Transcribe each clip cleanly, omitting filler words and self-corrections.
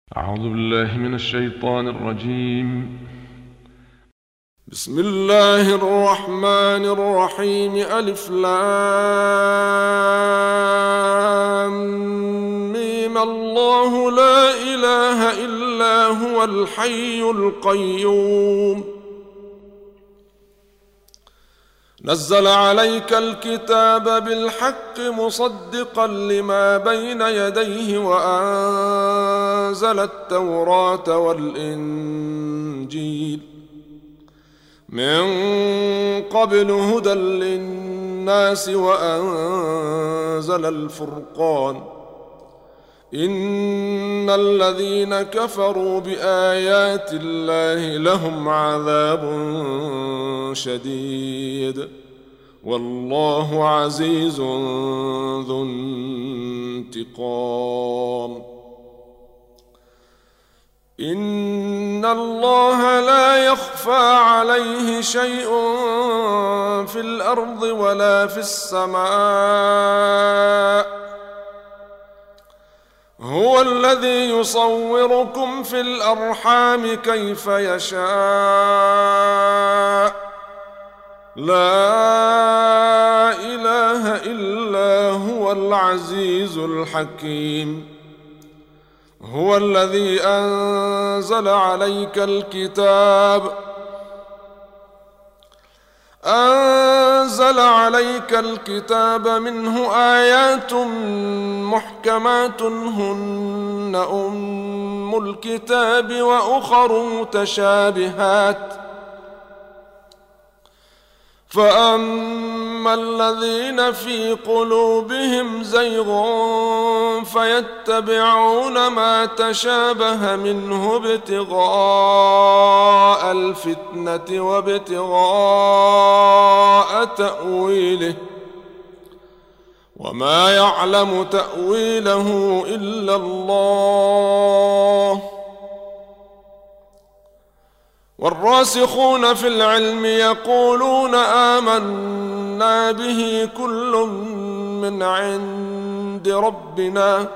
أعوذ بالله من الشيطان الرجيم. بسم الله الرحمن الرحيم. ألف لام ميم. الله لا إله إلا هو الحي القيوم. نزل عليك الكتاب بالحق مصدقا لما بين يديه وأنزل التوراة والإنجيل من قبل هدى للناس وأنزل الفرقان. إن الذين كفروا بآيات الله لهم عذاب شديد والله عزيز ذو انتقام. إن الله لا يخفى عليه شيء في الأرض ولا في السماء. هو الذي يصوركم في الأرحام كيف يشاء. لا إله إلا هو العزيز الحكيم. هو الذي أنزل عليك الكتاب منه آيات محكمات هن أم الكتاب وأخر متشابهات. فأما الذين في قلوبهم زيغ فيتبعون ما تشابه منه ابتغاء الفتنة وابتغاء تأويله وما يعلم تأويله إلا الله. والراسخون في العلم يقولون آمنا به كل من عند ربنا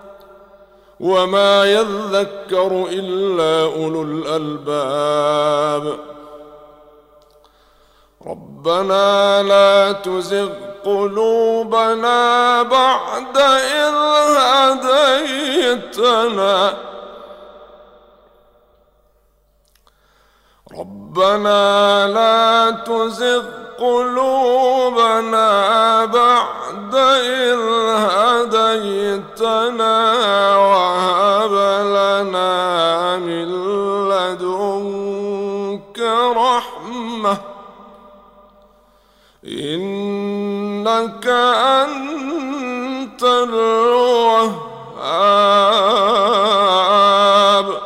وما يذكر إلا أولو الألباب. ربنا لا تزغ قلوبنا بعد إذ هديتنا ربنا لا تزغ قلوبنا بعد إذ هديتنا وهب لنا من لدنك رحمة إنك أنت الوهاب.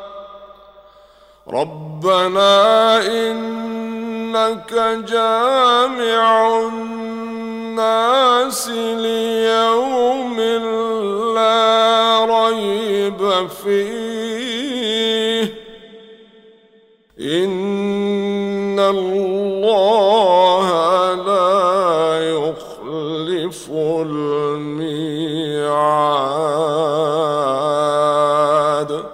ربنا إنك جامع الناس ليوم لا ريب فيه إن الله لا يخلف الميعاد.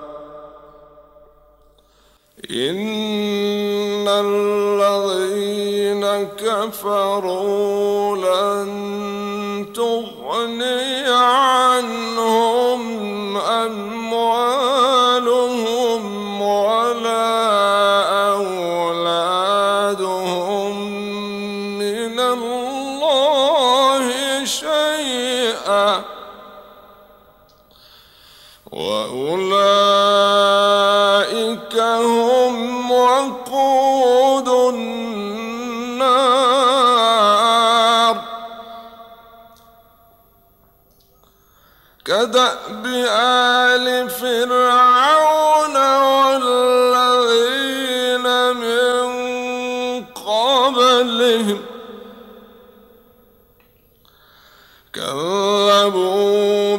إن الذين كفروا لن تغني عنهم أموالهم ولا أولادهم من الله شيئا وأولئك هم وقود النار. كدأب آل فرعون والذين من قبلهم كذبوا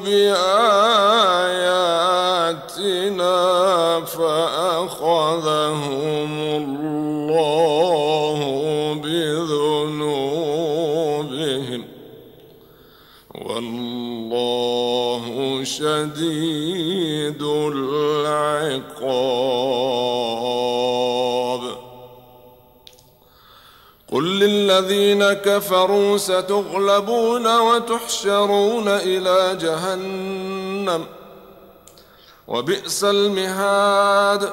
بآياتنا فأخذهم الله بذنوبهم والله شديد شديد العقاب. قل للذين كفروا ستغلبون وتحشرون إلى جهنم وبئس المهاد.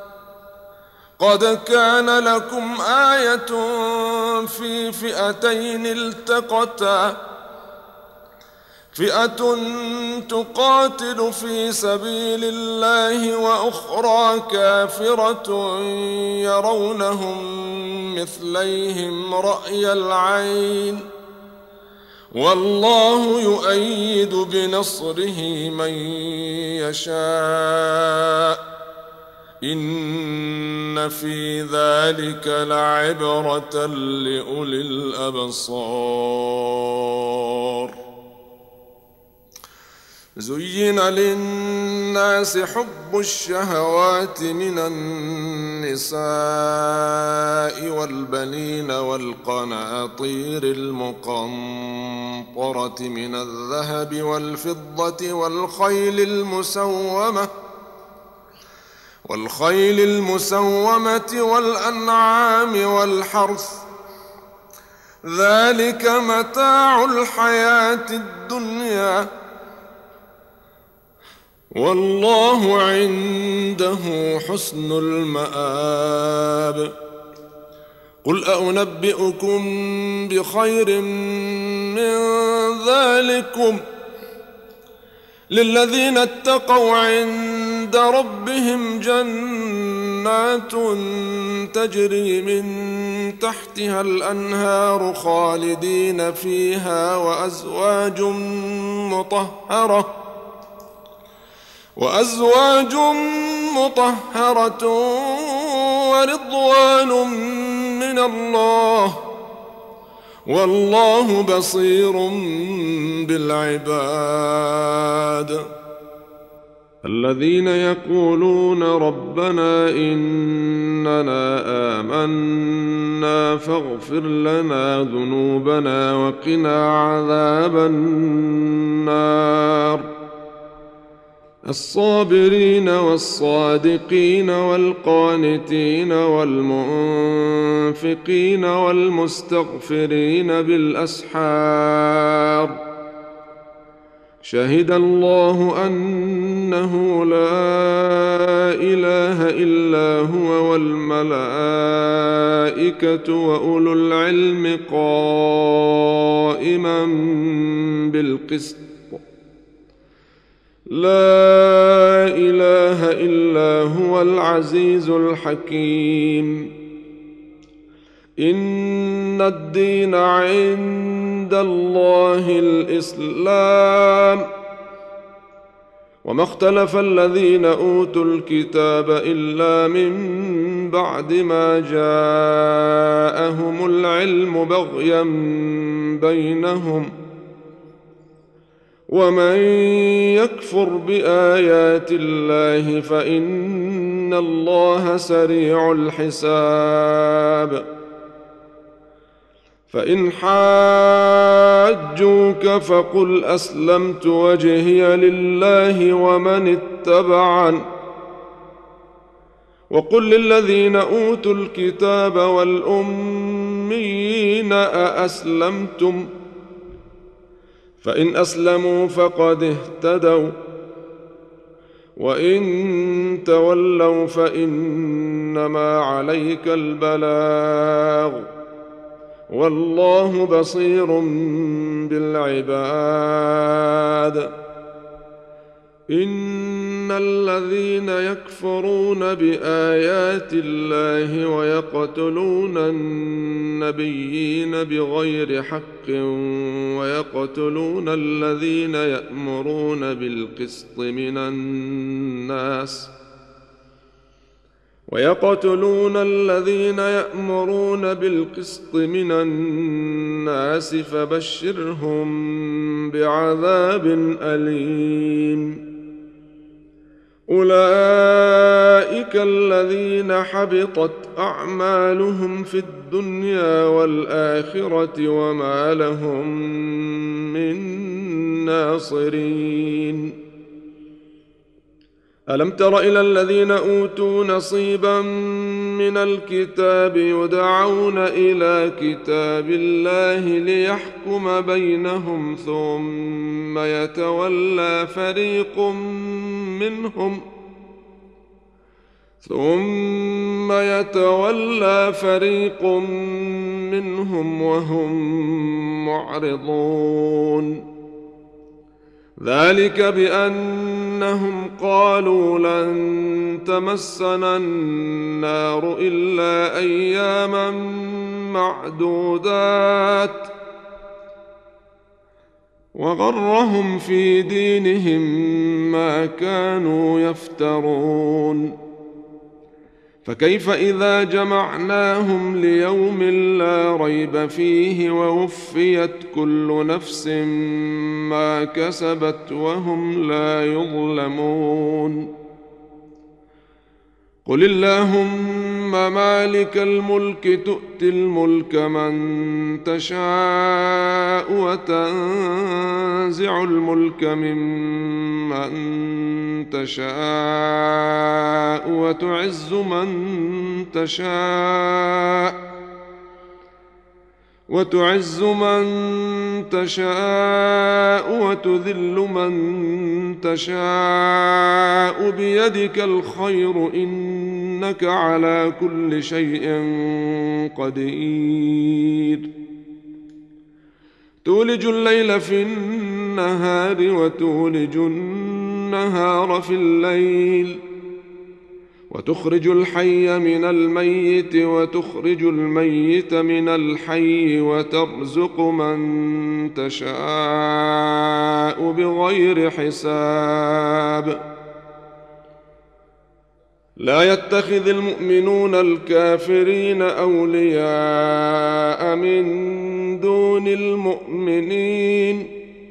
قد كان لكم آية في فئتين التقتا، فئة تقاتل في سبيل الله وأخرى كافرة يرونهم مثليهم رأي العين، والله يؤيد بنصره من يشاء، إن في ذلك لعبرة لأولي الأبصار. زين للناس حب الشهوات من النساء والبنين والقناطير المقنطرة من الذهب والفضة والخيل المسومة والأنعام والحرث، ذلك متاع الحياة الدنيا، والله عنده حسن المآب. قل أنبئكم بخير من ذلكم للذين اتقوا عند ربهم جنات تجري من تحتها الأنهار خالدين فيها وأزواج مطهرة ورضوان من الله، والله بصير بالعباد. الذين يقولون ربنا إننا آمنا فاغفر لنا ذنوبنا وقنا عذاب النار. الصابرين والصادقين والقانتين والمنفقين والمستغفرين بالأسحار. شهد الله أنه لا إله إلا هو والملائكة وأولو العلم قائما بالقسط. لا إله إلا هو العزيز الحكيم. إن الدين عند الله الإسلام، وما اختلف الذين أوتوا الكتاب إلا من بعد ما جاءهم العلم بغيا بينهم، ومن يكفر بآيات الله فإن الله سريع الحساب. فإن حاجوك فقل أسلمت وجهي لله ومن اتبعن، وقل للذين أوتوا الكتاب والأميين أأسلمتم؟ فإن أسلموا فقد اهتدوا، وإن تولوا فإنما عليك البلاغ، والله بصير بالعباد. إن الذين يكفرون بآيات الله ويقتلون النبيين بغير حق ويقتلون الذين يأمرون بالقسط من الناس فبشرهم بعذاب أليم. أولئك الذين حبطت أعمالهم في الدنيا والآخرة وما لهم من ناصرين. ألم تر إلى الذين أوتوا نصيبا من الكتاب يدعون إلى كتاب الله ليحكم بينهم ثم يتولى فريق منهم وهم معرضون ذلك بأنهم قالوا لن تمسنا النار إلا أياما معدودات وغرهم في دينهم ما كانوا يفترون فكيف إذا جمعناهم ليوم لا ريب فيه ووفيت كل نفس ما كسبت وهم لا يظلمون قل اللهم مالك الملك تؤتي الملك من تشاء وتنزع الملك ممن تشاء وتعز من تشاء وتذل من تشاء بيدك الخير إنك على كل شيء قدير تولج الليل في النهار وتولج النهار في الليل وتخرج الحي من الميت وتخرج الميت من الحي وترزق من تشاء بغير حساب لا يتخذ المؤمنون الكافرين أولياء من دون المؤمنين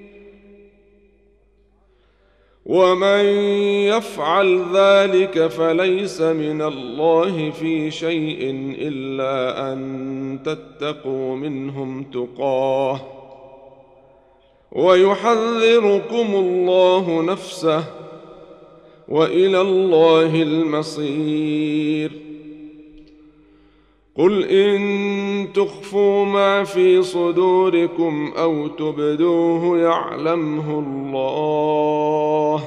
ومن يفعل ذلك فليس من الله في شيء إلا أن تتقوا منهم تقاه ويحذركم الله نفسه وإلى الله المصير قل إن تخفوا ما في صدوركم أو تبدوه يعلمه الله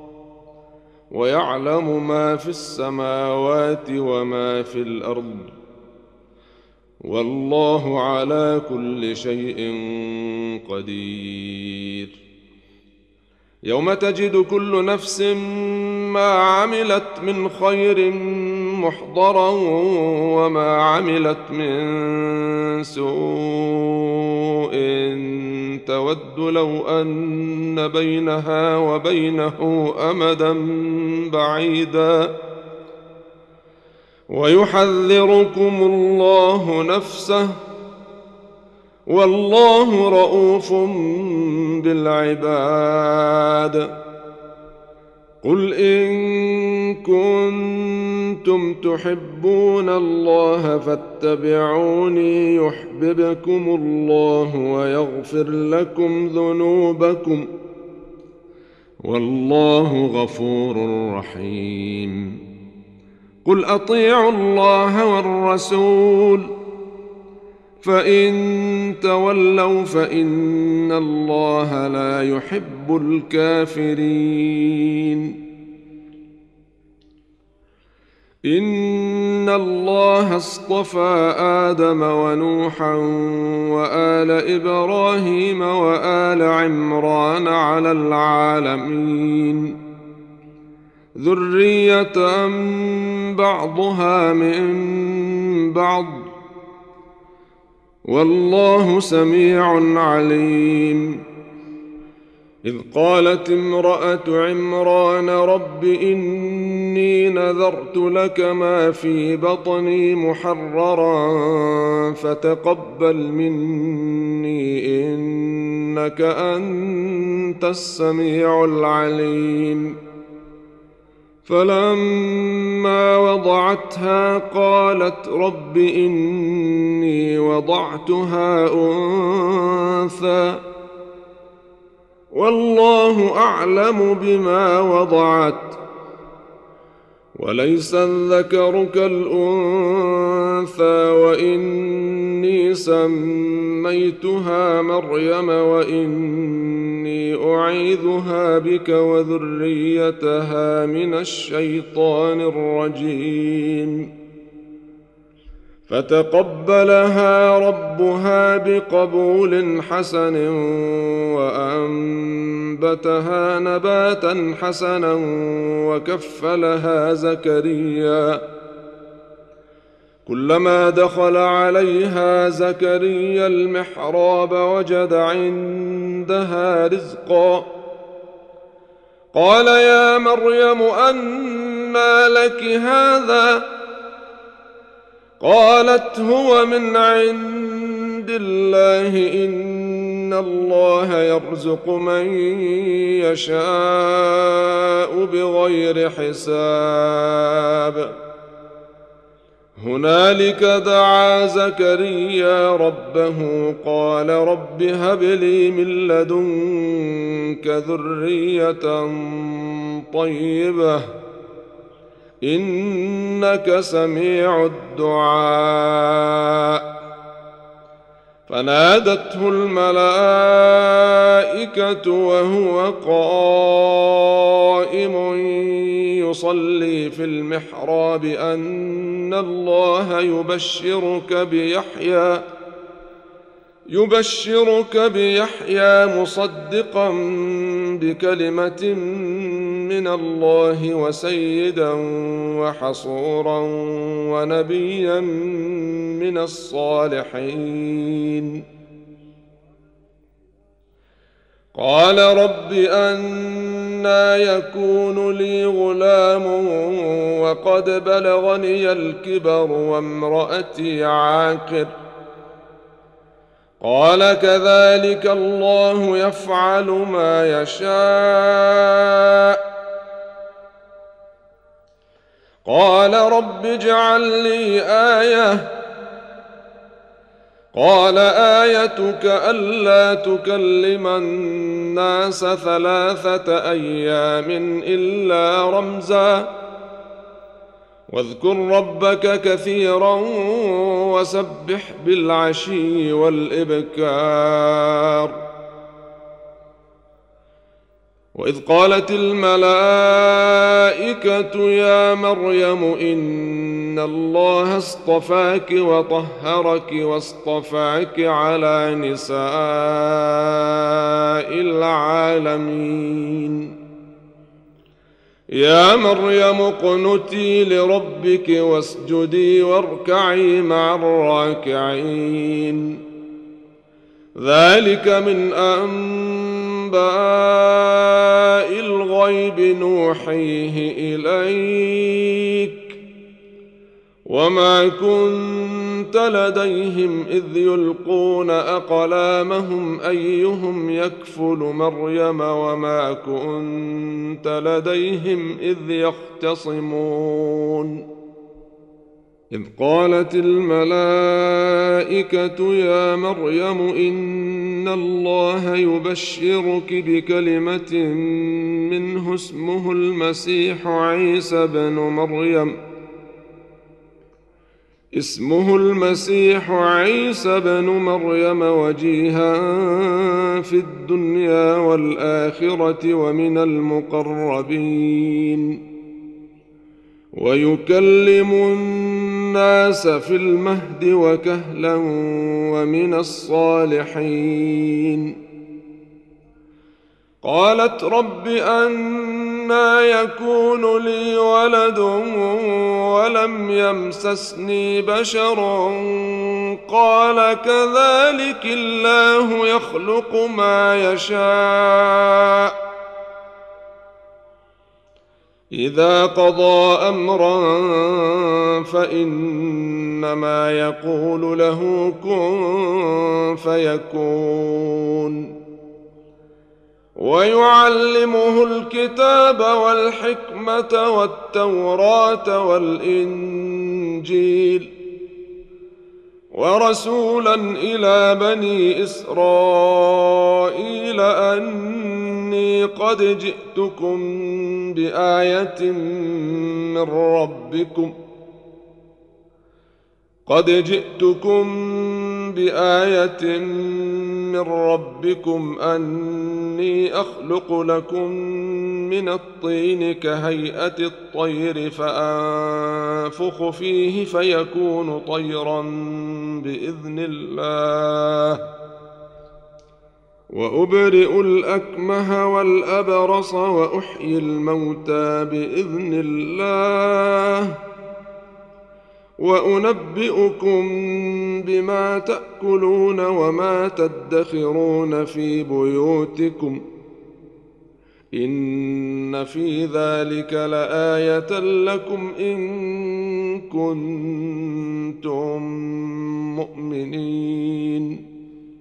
ويعلم ما في السماوات وما في الأرض والله على كل شيء قدير يوم تجد كل نفس ما عملت من خير محضرا وما عملت من سوء تود لو أن بينها وبينه أمدا بعيدا ويحذركم الله نفسه والله رؤوف بالعباد قل إن كنتم تحبون الله فاتبعوني يحببكم الله ويغفر لكم ذنوبكم والله غفور رحيم قل أطيعوا الله والرسول فإن تولوا فإن الله لا يحب الكافرين إن الله اصطفى آدم ونوحا وآل إبراهيم وآل عمران على العالمين ذرية بعضها من بعض والله سميع عليم إذ قالت امرأة عمران رب إني نذرت لك ما في بطني محررا فتقبل مني إنك أنت السميع العليم فلما وضعتها قالت رب إني وضعتها أنثى والله أعلم بما وضعت وليس الذكر كالأنثى وإني سميتها مريم وإني أعيذها بك وذريتها من الشيطان الرجيم فتقبلها ربها بقبول حسن وأنبتها نباتا حسنا وكفلها زكريا كلما دخل عليها زكريا المحراب وجد عندها رزقا قال يا مريم أنى لك هذا قالت هو من عند الله إن الله يرزق من يشاء بغير حساب هنالك دعا زكريا ربه قال رب هب لي من لدنك ذرية طيبة إنك سميع الدعاء فنادته الملائكة وهو قائم يصلي في المحراب أن الله يبشرك بيحيى مصدقا بكلمة من الله وسيدا وحصورا ونبيا من الصالحين قال رب أنى يكون لي غلام وقد بلغني الكبر وامرأتي عاقر قال كذلك الله يفعل ما يشاء قال رب اجعل لي آية قال آيتك ألا تكلم الناس 3 أيام إلا رمزا واذكر ربك كثيرا وسبح بالعشي والإبكار وإذ قالت الملائكة يا مريم إن الله اصطفاك وطهرك واصطفاك على نساء العالمين يا مريم اقنتي لربك واسجدي واركعي مع الراكعين ذلك من أنباء الغيب نوحيه إليك وما كنت لديهم إذ يلقون أقلامهم أيهم يكفل مريم وما كنت لديهم إذ يختصمون إذ قالت الملائكة يا مريم إن الله يبشرك بكلمة منه اسمه المسيح عيسى بن مريم وجيها في الدنيا والآخرة ومن المقربين ويكلم الناس في المهد وكهلا ومن الصالحين قالت رب أنى يكون لي ولد ولم يمسسني بشر قال كذلك الله يخلق ما يشاء إذا قضى أمرا فإنما يقول له كن فيكون ويعلمه الكتاب والحكمة والتوراة والإنجيل ورسولا إلى بني إسرائيل أني قد جئتكم بآية من ربكم أني أخلق لكم من الطين كهيئة الطير فأنفخ فيه فيكون طيرا بإذن الله، وأبرئ الأكمه والأبرص وأحيي الموتى بإذن الله، وأنبئكم بما تأكلون وما تدخرون في بيوتكم، إن في ذلك لآية لكم إن كنتم مؤمنين.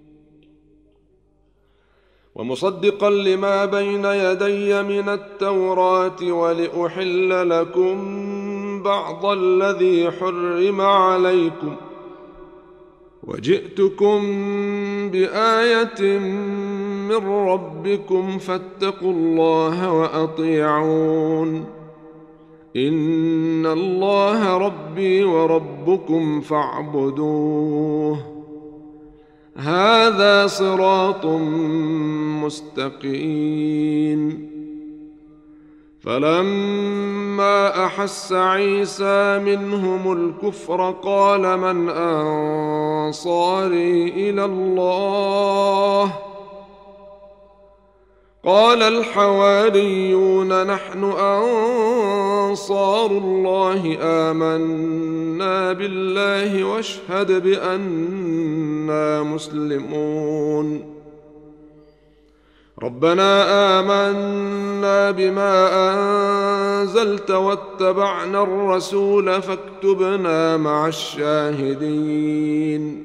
ومصدقا لما بين يدي من التوراة ولأحل لكم بعض الذي حرم عليكم، وجئتكم بآية من ربكم فاتقوا الله وأطيعون، إن الله ربي وربكم فاعبدوه، هذا صراط مستقيم. فلما أحس عيسى منهم الكفر قال من أنصاري إلى الله؟ قال الحواريون نحن أنصار الله آمنا بالله واشهد بأننا مسلمون. ربنا آمنا بما أنزلت واتبعنا الرسول فاكتبنا مع الشاهدين.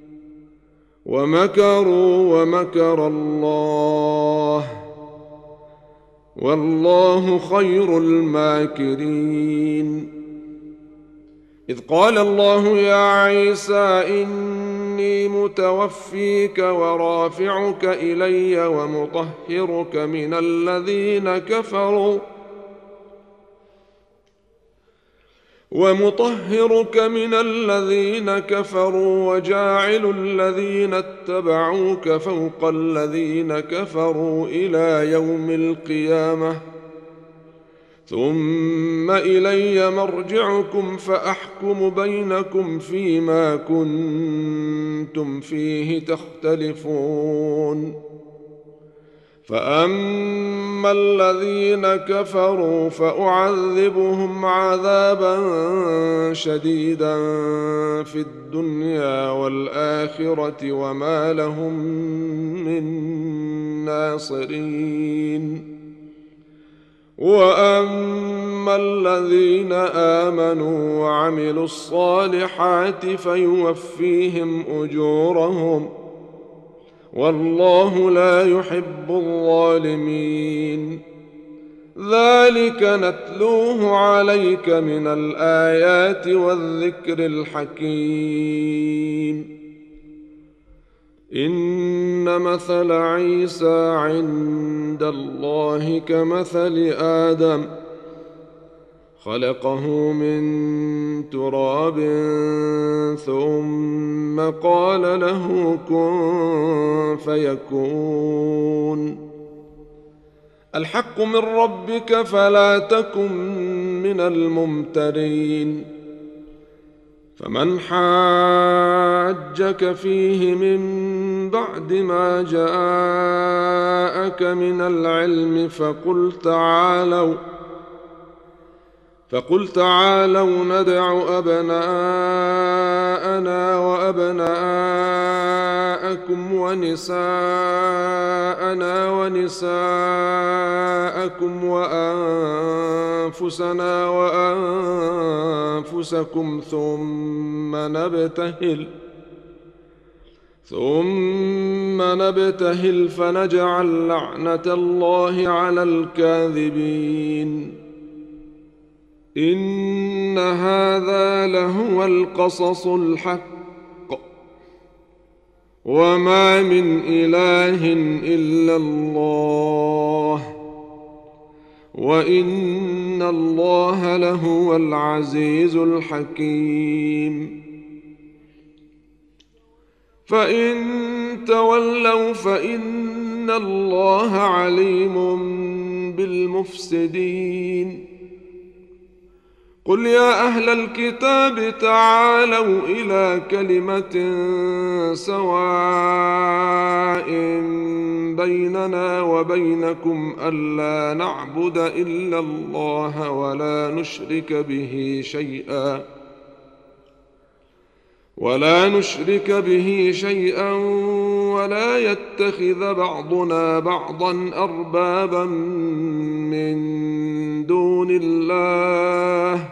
ومكروا ومكر الله والله خير الماكرين. إذ قال الله يا عيسى إني متوفيك ورافعك إلي ومطهرك من الذين كفروا وجاعل الذين اتبعوك فوق الذين كفروا إلى يوم القيامة، ثم إلي مرجعكم فأحكم بينكم فيما كنتم فيه تختلفون. فأما الذين كفروا فأعذبهم عذابا شديدا في الدنيا والآخرة وما لهم من ناصرين. وأما الذين آمنوا وعملوا الصالحات فيوفيهم أجورهم والله لا يحب الظالمين. ذلك نتلوه عليك من الآيات والذكر الحكيم. إن مثل عيسى عند الله كمثل آدم خلقه من تراب ثم قال له كن فيكون. الحق من ربك فلا تكن من الممترين. فمن حاجك فيه من بعد ما جاءك من العلم فقل تعالوا ندع أبناءنا وأبناءكم ونساءنا ونساءكم وأنفسنا وأنفسكم ثم نبتهل فنجعل لعنة الله على الكاذبين. إن هذا لهو القصص الحق وما من إله إلا الله وإن الله لهو العزيز الحكيم. فإن تولوا فإن الله عليم بالمفسدين. قل يا أهل الكتاب تعالوا إلى كلمة سواء بيننا وبينكم ألا نعبد إلا الله ولا نشرك به شيئا ولا يتخذ بعضنا بعضا أربابا من دون الله.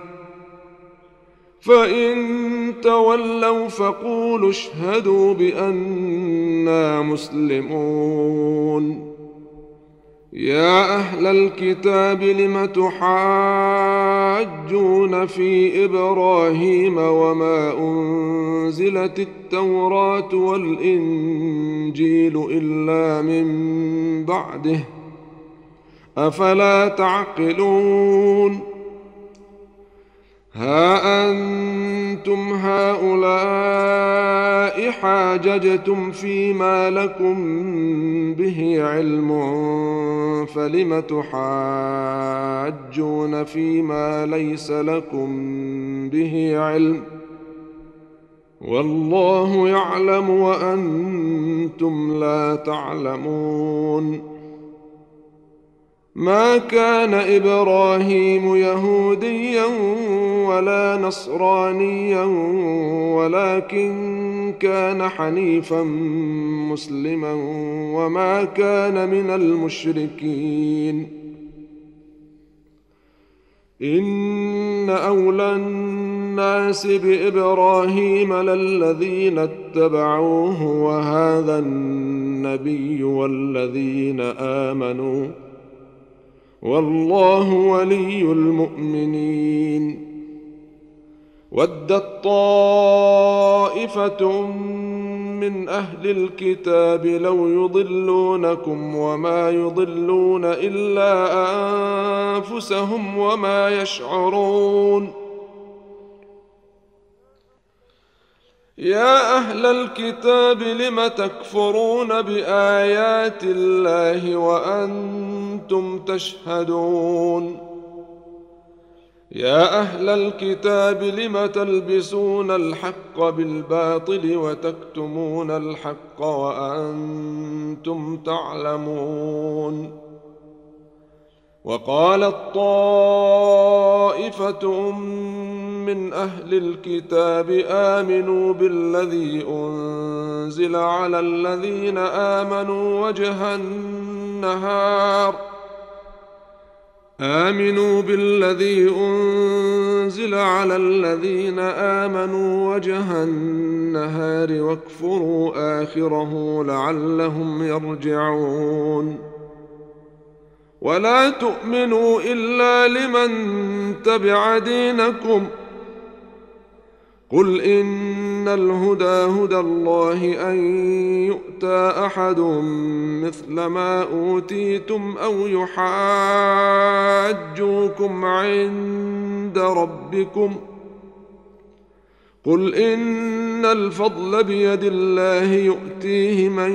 فإن تولوا فقولوا اشهدوا بأننا مسلمون. يا أهل الكتاب لم تحاجون في إبراهيم وما أنزلت التوراة والإنجيل إلا من بعده أفلا تعقلون. ها أنتم هؤلاء حاججتم فيما لكم به علم فلم تحاجون فيما ليس لكم به علم والله يعلم وأنتم لا تعلمون. ما كان إبراهيم يهوديا ولا نصرانيا ولكن كان حنيفا مسلما وما كان من المشركين. إن أولى الناس بإبراهيم للذين اتبعوه وهذا النبي والذين آمنوا والله ولي المؤمنين. ودت طائفة من أهل الكتاب لو يضلونكم وما يضلون إلا أنفسهم وما يشعرون. يا أهل الكتاب لم تكفرون بآيات الله وأنتم تشهدون. يا أهل الكتاب لم تلبسون الحق بالباطل وتكتمون الحق وأنتم تعلمون. وقالت طائفة من أهل الكتاب آمنوا بالذي أنزل على الذين آمنوا وجه النهار واكفروا آخره لعلهم يرجعون. ولا تؤمنوا إلا لمن تبع دينكم. قل إن الهدى هدى الله أن يؤتى أحد مثل ما أوتيتم أو يحاجوكم عند ربكم. قل إن الفضل بيد الله يؤتيه من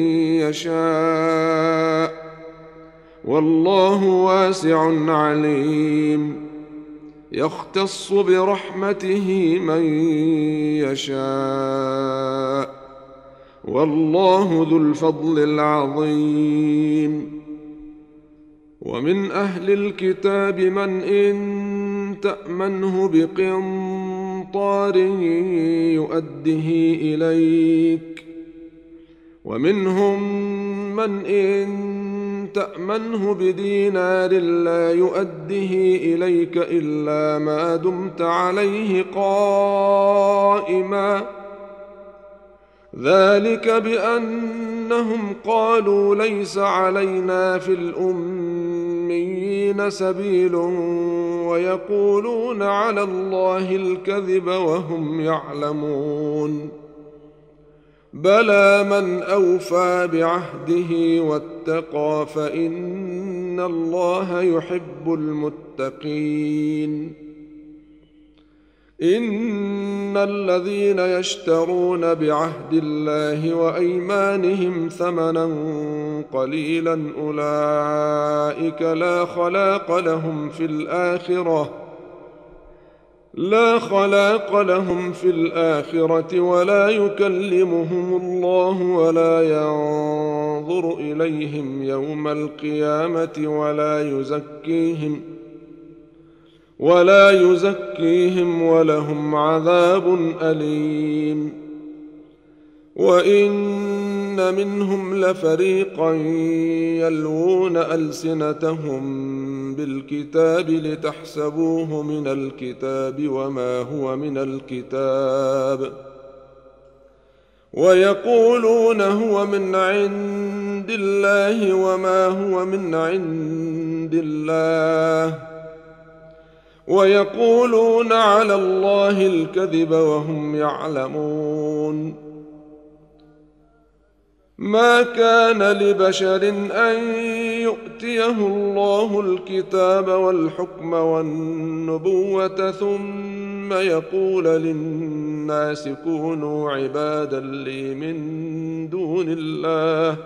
يشاء والله واسع عليم. يختص برحمته من يشاء والله ذو الفضل العظيم. ومن أهل الكتاب من إن تأمنه بقنطار يؤده إليك ومنهم من إن تأمنه بدينار لا يؤده إليك إلا ما دمت عليه قائما. ذلك بأنهم قالوا ليس علينا في الأميين سبيل ويقولون على الله الكذب وهم يعلمون. بلى من أوفى بعهده واتقى فإن الله يحب المتقين. إن الذين يشترون بعهد الله وأيمانهم ثمنا قليلا أولئك لا خلاق لهم في الآخرة ولا يكلمهم الله ولا ينظر إليهم يوم القيامة ولا يزكيهم ولهم عذاب أليم. وإن منهم لفريقا يلوون ألسنتهم بالكتاب لتحسبوه من الكتاب وما هو من الكتاب ويقولون هو من عند الله وما هو من عند الله ويقولون على الله الكذب وهم يعلمون. ما كان لبشر أن يؤتيه الله الكتاب والحكم والنبوة ثم يقول للناس كونوا عبادا لي من دون الله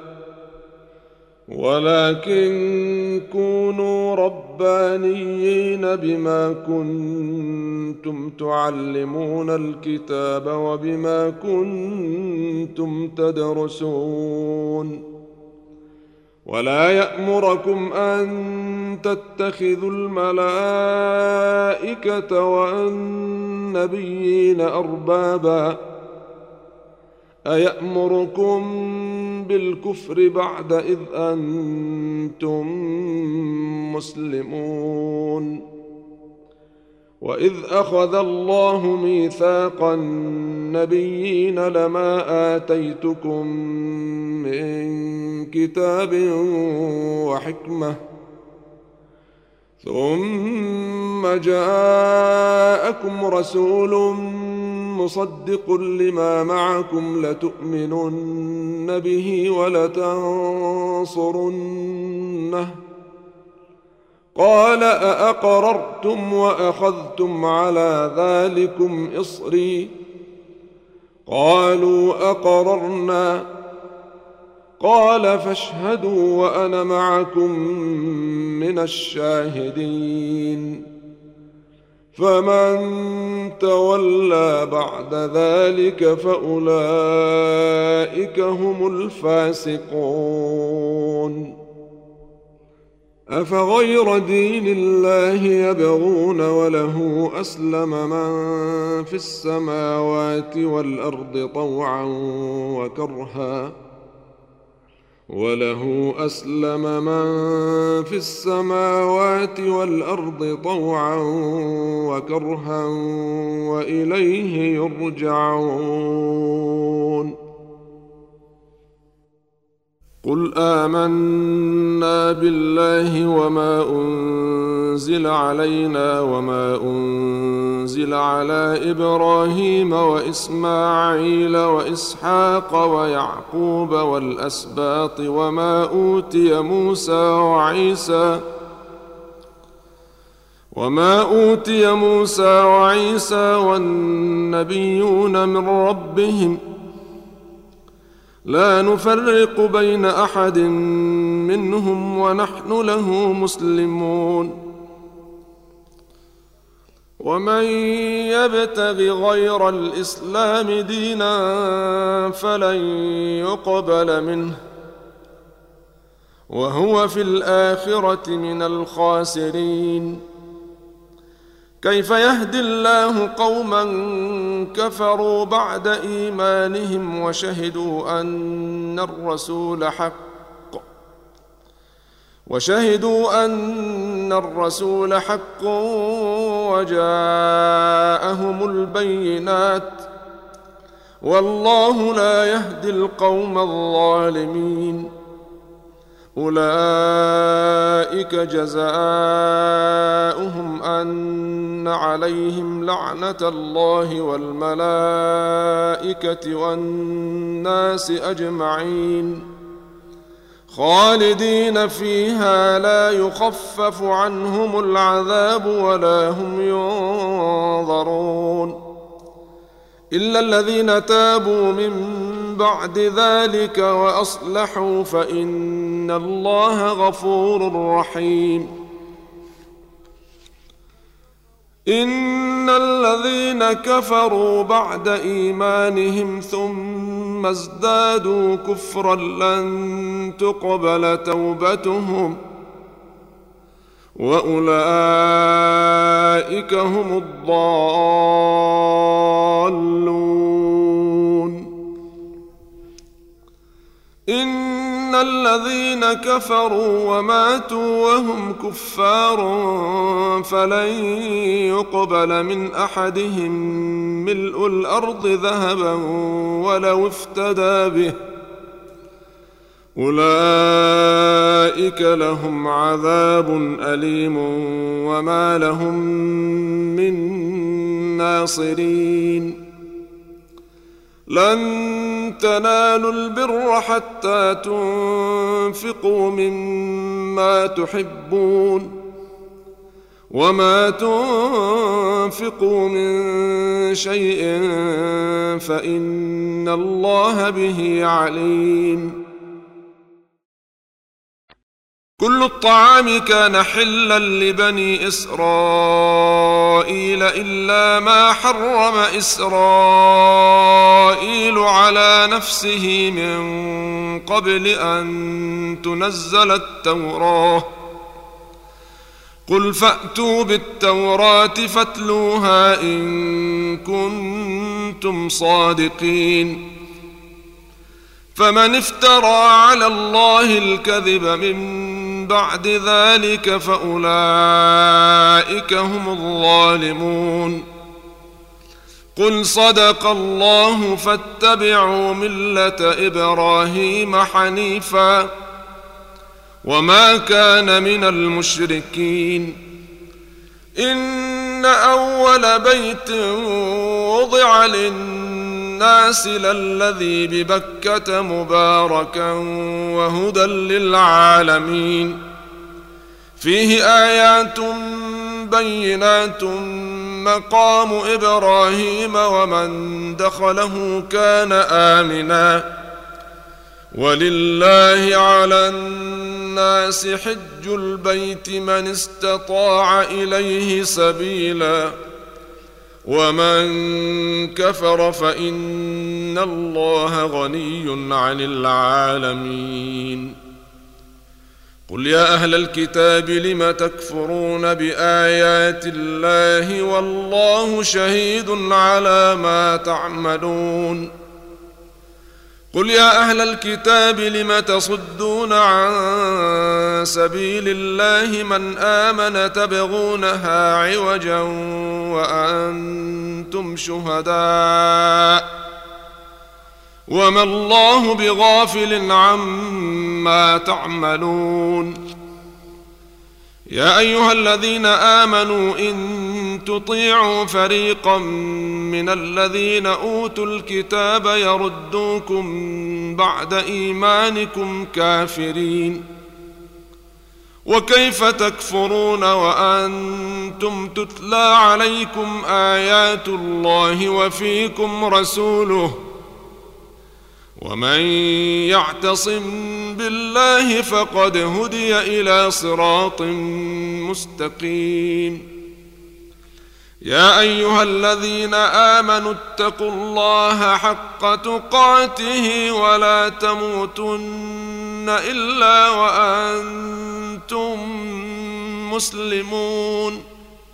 ولكن كونوا ربانيين بما كنتم تعلمون الكتاب وبما كنتم تدرسون. ولا يأمركم أن تتخذوا الملائكة والنبيين أربابا أيأمركم بالكفر بعد إذ أنتم مسلمون. وإذ أخذ الله ميثاق النبيين لما آتيتكم من كتاب وحكمة ثم جاءكم رسول مصدق لما معكم لتؤمنن به ولتنصرنه قال أأقررتم وأخذتم على ذلكم إصري قالوا أقررنا قال فاشهدوا وأنا معكم من الشاهدين. فمن تولى بعد ذلك فأولئك هم الفاسقون. أفغير دين الله يبغون وله أسلم من في السماوات والأرض طوعا وكرها وإليه يرجعون. قل آمنا بالله وما أنزل علينا وما أنزل على إبراهيم وإسماعيل وإسحاق ويعقوب والأسباط وما أوتي موسى وعيسى والنبيون من ربهم لا نفرق بين أحد منهم ونحن له مسلمون. ومن يبتغ غير الإسلام دينا فلن يقبل منه وهو في الآخرة من الخاسرين. كيف يهدي الله قوما كفروا بعد إيمانهم وشهدوا أن الرسول حق وجاءهم البينات والله لا يهدي القوم الظالمين. أولئك جزاؤهم أن عليهم لعنة الله والملائكة والناس أجمعين خالدين فيها لا يخفف عنهم العذاب ولا هم ينظرون إلا الذين تابوا من بعد ذلك وأصلحوا فإن الله غفور رحيم إن الذين كفروا بعد إيمانهم ثم ازدادوا كفرا لن تقبل توبتهم وأولئك هم الضالون إن الذين كفروا وماتوا وهم كفار فلن يقبل من أحدهم ملء الأرض ذهبا ولو افتدى به أولئك لهم عذاب أليم وما لهم من ناصرين لن تنالوا البر حتى تنفقوا مما تحبون وما تنفقوا من شيء فإن الله به عليم كل الطعام كان حلا لبني إسرائيل إلا ما حرم إسرائيل على نفسه من قبل أن تنزل التوراة قل فأتوا بالتوراة فاتلوها إن كنتم صادقين فمن افترى على الله الكذب من بعد ذلك فأولئك هم الظالمون قل صدق الله فاتبعوا ملة إبراهيم حنيفا وما كان من المشركين إن أول بيت وضع للناس للذي ببكة مباركا وهدى للعالمين فيه آيات بينات مقام إبراهيم ومن دخله كان آمنا ولله على الناس حج البيت من استطاع إليه سبيلا ومن كفر فإن الله غني عن العالمين قل يا أهل الكتاب لم تكفرون بآيات الله والله شهيد على ما تعملون قل يا أهل الكتاب لم تصدون عن سبيل الله من آمن تبغونها عوجا وأنتم شهداء وما الله بغافل عما تعملون يا أيها الذين آمنوا إن تطيعوا فريقا من الذين أوتوا الكتاب يردوكم بعد إيمانكم كافرين وكيف تكفرون وأنتم تتلى عليكم آيات الله وفيكم رسوله ومن يعتصم بالله فقد هدي إلى صراط مستقيم يا أيها الذين آمنوا اتقوا الله حق تقاته ولا تموتن إلا وأنتم مسلمون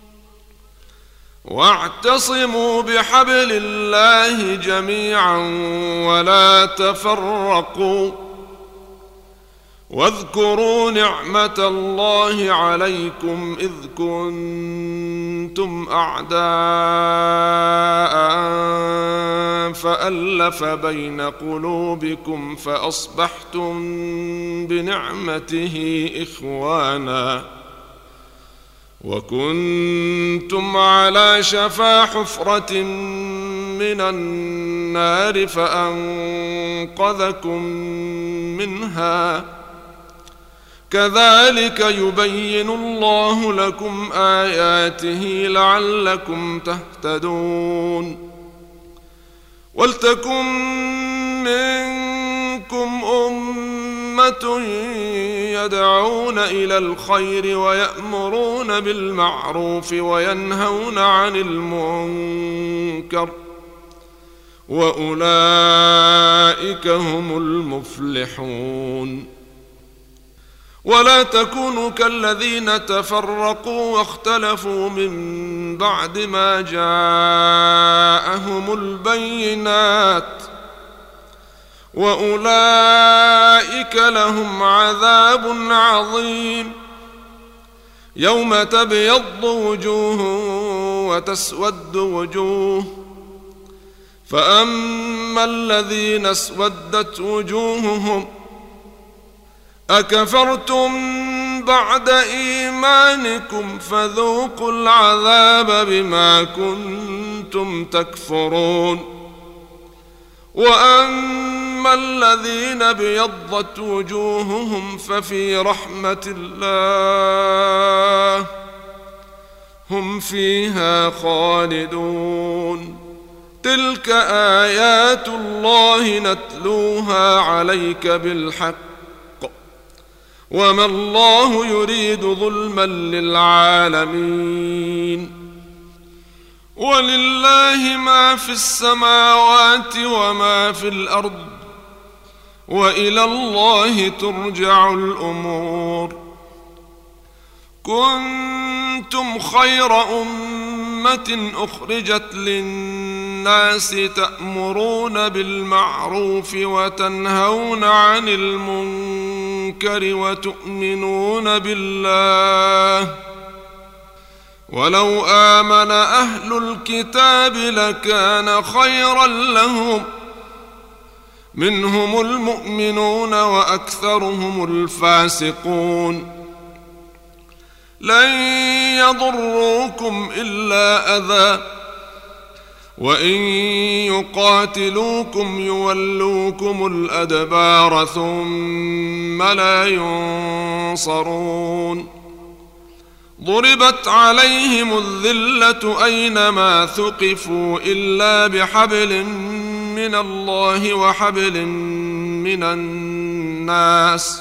واعتصموا بحبل الله جميعا ولا تفرقوا واذكروا نعمة الله عليكم إذ كنتم أعداء فألف بين قلوبكم فأصبحتم بنعمته إخوانا وكنتم على شفا حفرة من النار فأنقذكم منها كذلك يبين الله لكم آياته لعلكم تهتدون ولتكن منكم أمة يدعون إلى الخير ويأمرون بالمعروف وينهون عن المنكر وأولئك هم المفلحون ولا تكونوا كالذين تفرقوا واختلفوا من بعد ما جاءهم البينات وأولئك لهم عذاب عظيم يوم تبيض وجوه وتسود وجوه فأما الذين اسودت وجوههم أكفرتم بعد إيمانكم فذوقوا العذاب بما كنتم تكفرون وأما الذين ابيضت وجوههم ففي رحمة الله هم فيها خالدون تلك آيات الله نتلوها عليك بالحق وما الله يريد ظلما للعالمين ولله ما في السماوات وما في الأرض وإلى الله ترجع الأمور كنتم خير أمة أخرجت للناس تأمرون بالمعروف وتنهون عن المنكر وتؤمنون بالله ولو آمن أهل الكتاب لكان خيرا لهم منهم المؤمنون وأكثرهم الفاسقون لن يضروكم إلا أذى وإن يقاتلوكم يولوكم الأدبار ثم لا ينصرون ضربت عليهم الذلة أينما ثقفوا إلا بحبل من الله وحبل من الناس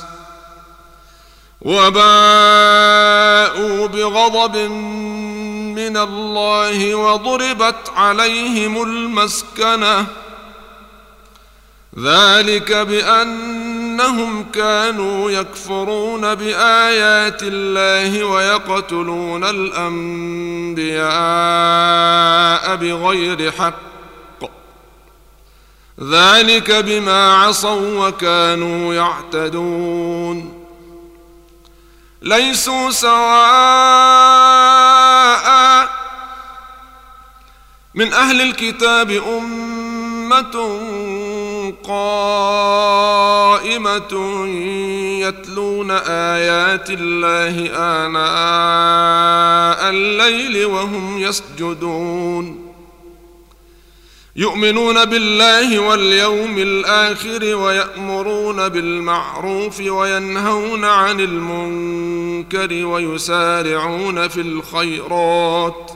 وباءوا بغضب من الله وضربت عليهم المسكنة ذلك بأنهم كانوا يكفرون بآيات الله ويقتلون الأنبياء بغير حق ذلك بما عصوا وكانوا يعتدون ليسوا سواء من أهل الكتاب أمة قائمة يتلون آيات الله آناء الليل وهم يسجدون يؤمنون بالله واليوم الآخر ويأمرون بالمعروف وينهون عن المنكر ويسارعون في الخيرات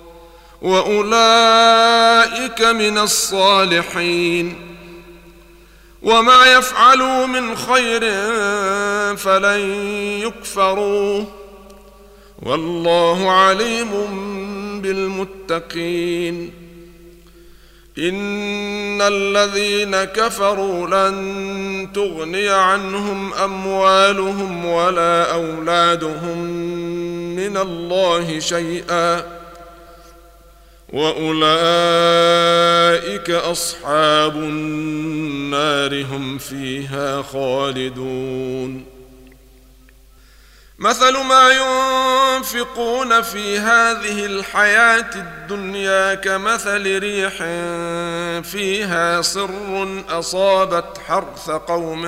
وأولئك من الصالحين وما يفعلوا من خير فلن يكفروه والله عليم بالمتقين إن الذين كفروا لن تغني عنهم أموالهم ولا أولادهم من الله شيئا وأولئك أصحاب النار هم فيها خالدون مثل ما ينفقون في هذه الحياة الدنيا كمثل ريح فيها صر أصابت حرث قوم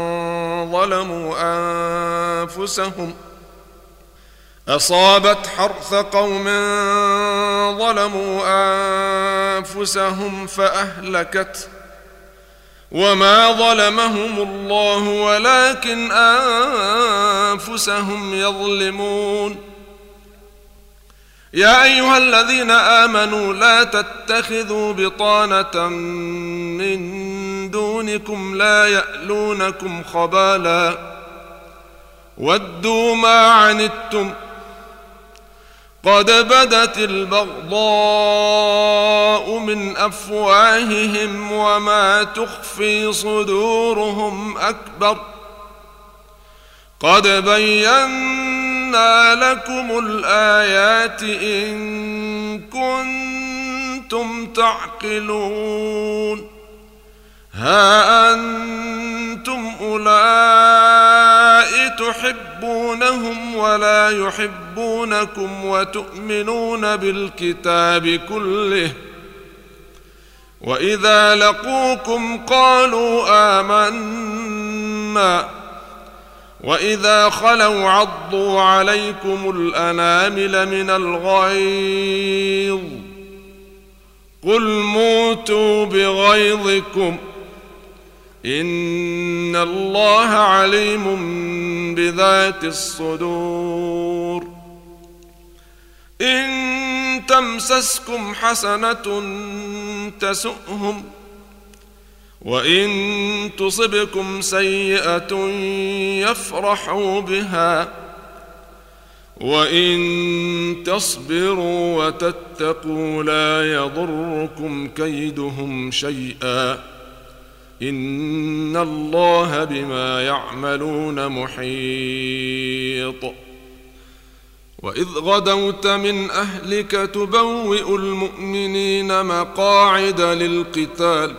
ظلموا أنفسهم فأهلكته وما ظلمهم الله ولكن أنفسهم يظلمون. يا أيها الذين آمنوا لا تتخذوا بطانة من دونكم لا يألونكم خبالا ودوا ما عنتم قد بدت البغضاء من أفواههم وما تخفي صدورهم أكبر قد بينا لكم الآيات إن كنتم تعقلون. ها أنتم أولئك تحبونهم ولا يحبونكم وتؤمنون بالكتاب كله وإذا لقوكم قالوا آمنا وإذا خلوا عضوا عليكم الأنامل من الغيظ قل موتوا بغيظكم إن الله عليم بذات الصدور. إن تمسسكم حسنة تسؤهم وإن تصبكم سيئة يفرحوا بها وإن تصبروا وتتقوا لا يضركم كيدهم شيئا إن الله بما يعملون محيط. وإذ غدوت من أهلك تبوئ المؤمنين مقاعد للقتال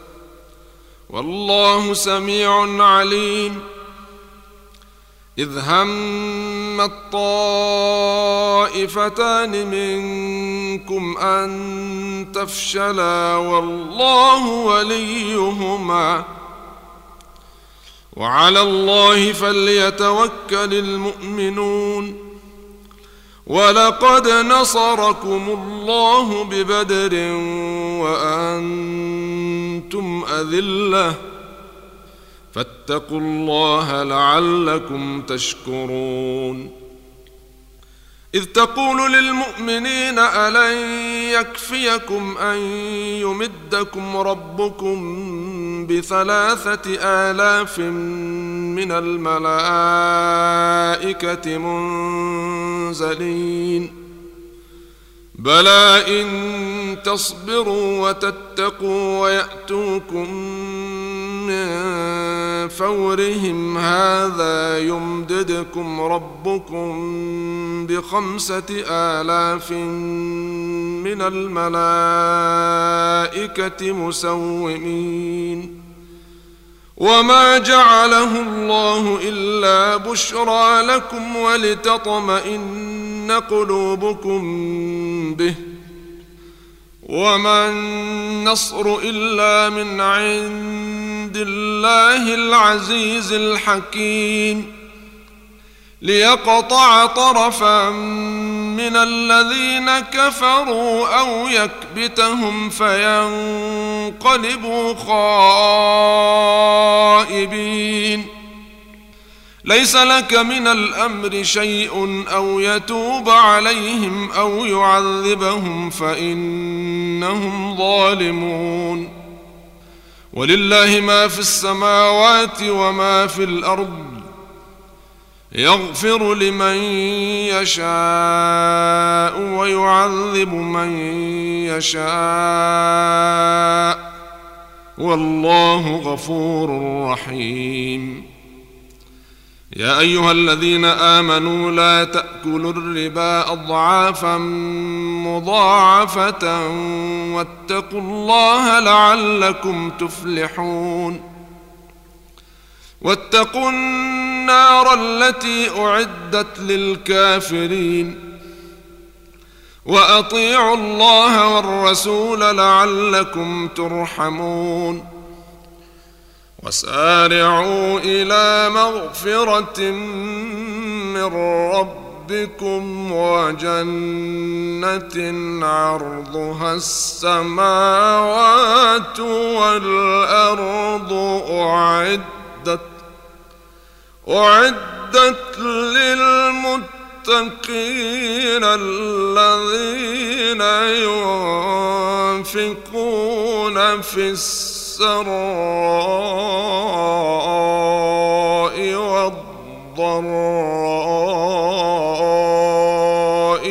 والله سميع عليم. إذ هم الطائفتان منكم أن تفشلا والله وليهما وعلى الله فليتوكل المؤمنون. ولقد نصركم الله ببدر وأنتم أذلة فاتقوا الله لعلكم تشكرون. إذ تقول للمؤمنين ألن يكفيكم أن يمدكم ربكم ب3,000 من الملائكة منزلين بلى إن تصبروا وتتقوا ويأتوكم من فورهم هذا يمددكم ربكم ب5,000 من الملائكة مسومين. وما جعله الله إلا بشرى لكم ولتطمئن قلوبكم به وما النصر إلا من عند الله العزيز الحكيم ليقطع طرفا من الذين كفروا أو يكبتهم فينقلبوا خائبين. ليس لك من الأمر شيء أو يتوب عليهم أو يعذبهم فإنهم ظالمون. ولله ما في السماوات وما في الأرض يغفر لمن يشاء ويعذب من يشاء والله غفور رحيم. يا أيها الذين آمنوا لا تأكلوا الربا أضعافا مضاعفة واتقوا الله لعلكم تفلحون. واتقوا النار التي أعدت للكافرين وأطيعوا الله والرسول لعلكم ترحمون وسارعوا إلى مغفرة من ربكم وجنة عرضها السماوات والأرض أعدت للمتقين الذين ينفقون في السراء والضراء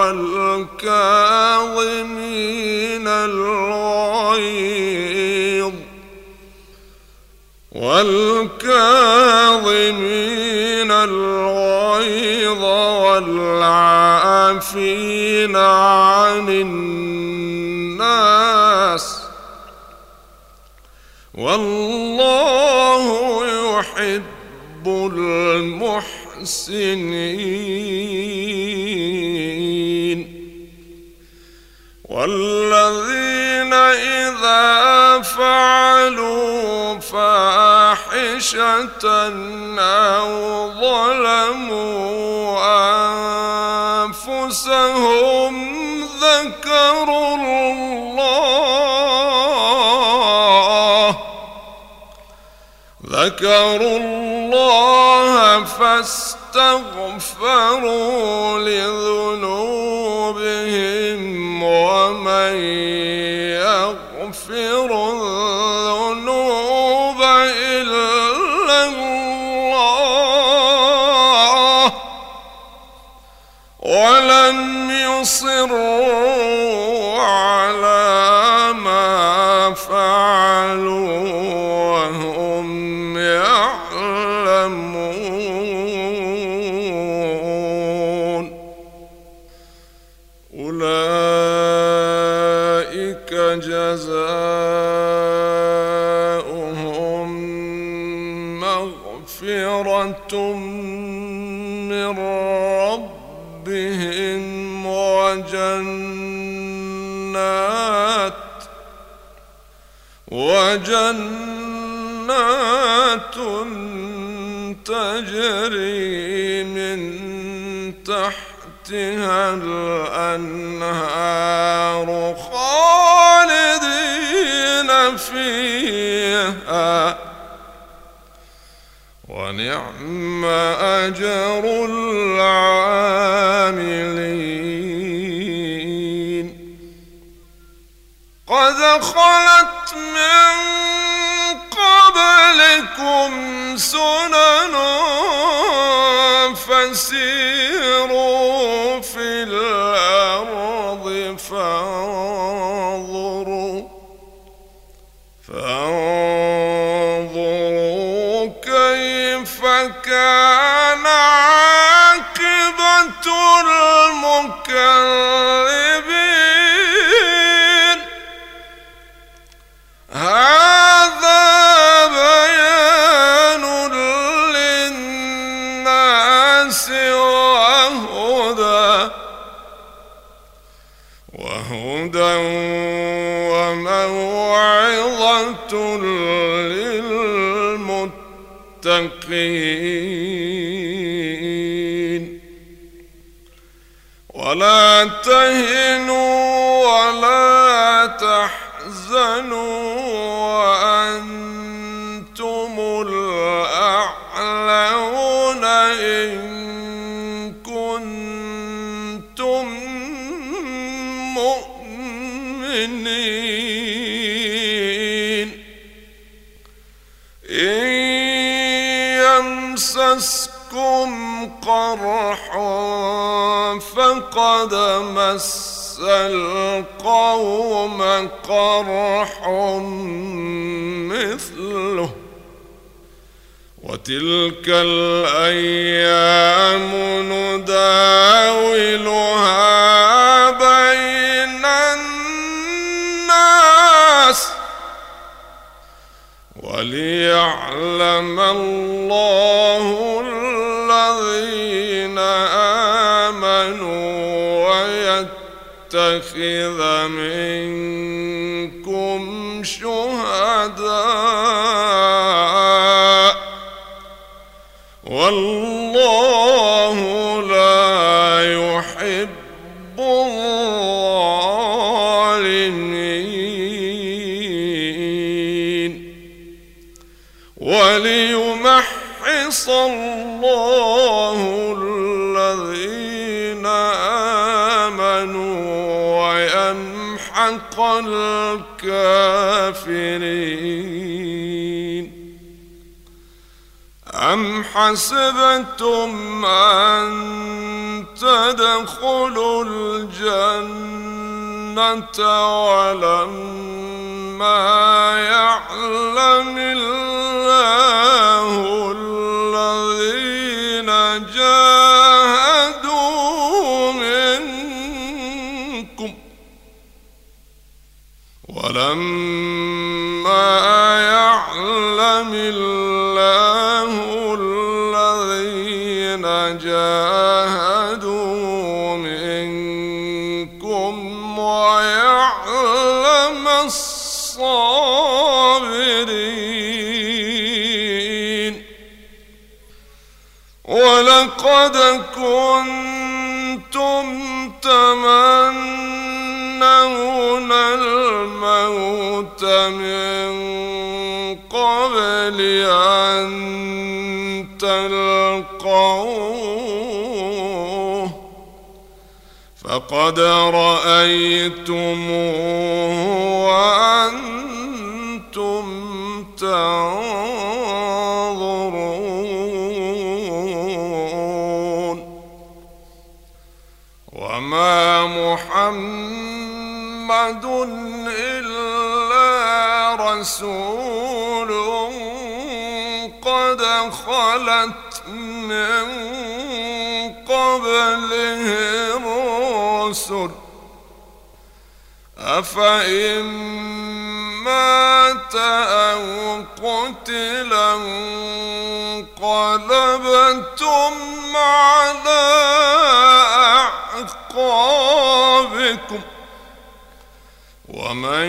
والكاظمين الغيظ والعافين عن الناس والله يحب المحسنين والذين إذا فعلوا فاحشة أو ظلموا أنفسهم ذكروا الله فاستغفروا لذنوبهم ومن يغفر الذنوب إلا الله ولم يصروا على ما فعلوا وهم يعلمون أولئك جزاؤهم مغفرة من ربهم وجنات تجري من تحتها الأنهار خالدين فيها ونعم أجر العاملين قد خلت من قبلكم سنن فسيروا في الأرض فانظروا كيف كان عاقبة المكذبين هذا بيان للناس وهدى وموعظة للمتقين ولا تهنوا ولا تحزنوا وأنتم الأعلون إن كنتم مؤمنين إن يمسسكم قرح فقد مس القوم قرح مثله وتلك الأيام نداولها بين الناس وليعلم الله الذين آمنوا ويتخذ منكم شهداء والله لا يحب الظالمين وليمحص الله الذين آمنوا ويمحق الكافرين أم حسبتم أن تدخلوا الجنة ولما يعلم الله الذين جاهدوا منكم ولما يعلم الله الذين جاهدوا منكم ويعلم الصابرين ولقد كنتم تمنون الموت من قبل أن تلقوه فقد رأيتموه وأنتم تنظرون وما محمد إلا رسول قد خلت من قبله الرسل أفإن مات أو قتلا انقلبتم على أعقابكم ومن